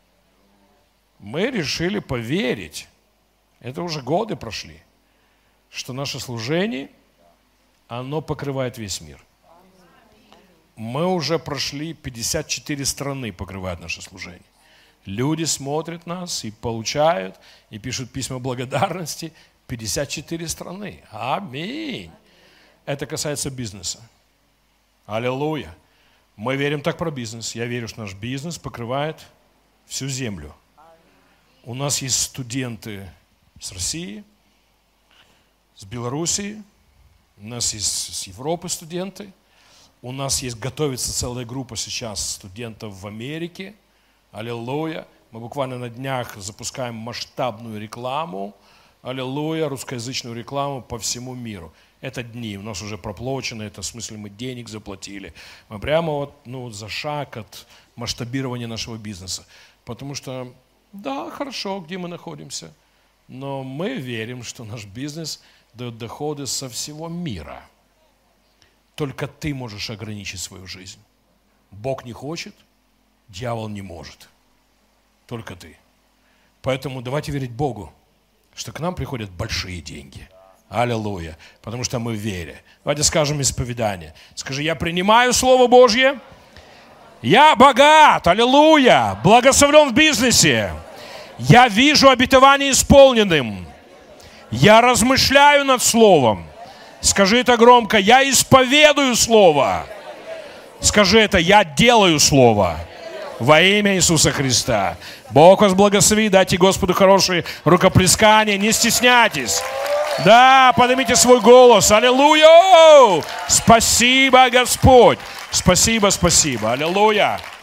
Мы решили поверить, это уже годы прошли, что наше служение, оно покрывает весь мир. Мы уже прошли 54 страны, покрывают наше служение. Люди смотрят нас и получают, и пишут письма благодарности. 54 страны. Аминь. Это касается бизнеса. Аллилуйя. Мы верим так про бизнес. Я верю, что наш бизнес покрывает всю землю. У нас есть студенты с России, с Белоруссии, у нас есть с Европы студенты, у нас есть, готовится целая группа сейчас студентов в Америке. Аллилуйя. Мы буквально на днях запускаем масштабную рекламу, аллилуйя, русскоязычную рекламу по всему миру. Это дни, у нас уже проплачено, это в смысле мы денег заплатили. Мы прямо за шаг от масштабирования нашего бизнеса. Потому что, да, хорошо, где мы находимся, но мы верим, что наш бизнес дает доходы со всего мира. Только ты можешь ограничить свою жизнь. Бог не хочет, дьявол не может. Только ты. Поэтому давайте верить Богу, что к нам приходят большие деньги. Аллилуйя. Потому что мы в вере. Давайте скажем исповедание. Скажи: я принимаю Слово Божье. Я богат. Аллилуйя. Благословлен в бизнесе. Я вижу обетование исполненным. Я размышляю над Словом. Скажи это громко: я исповедую Слово. Скажи это: я делаю Слово. Во имя Иисуса Христа. Бог вас благослови. Дайте Господу хорошие рукоплескания. Не стесняйтесь. Да, поднимите свой голос. Аллилуйя. Спасибо, Господь. Спасибо, спасибо. Аллилуйя.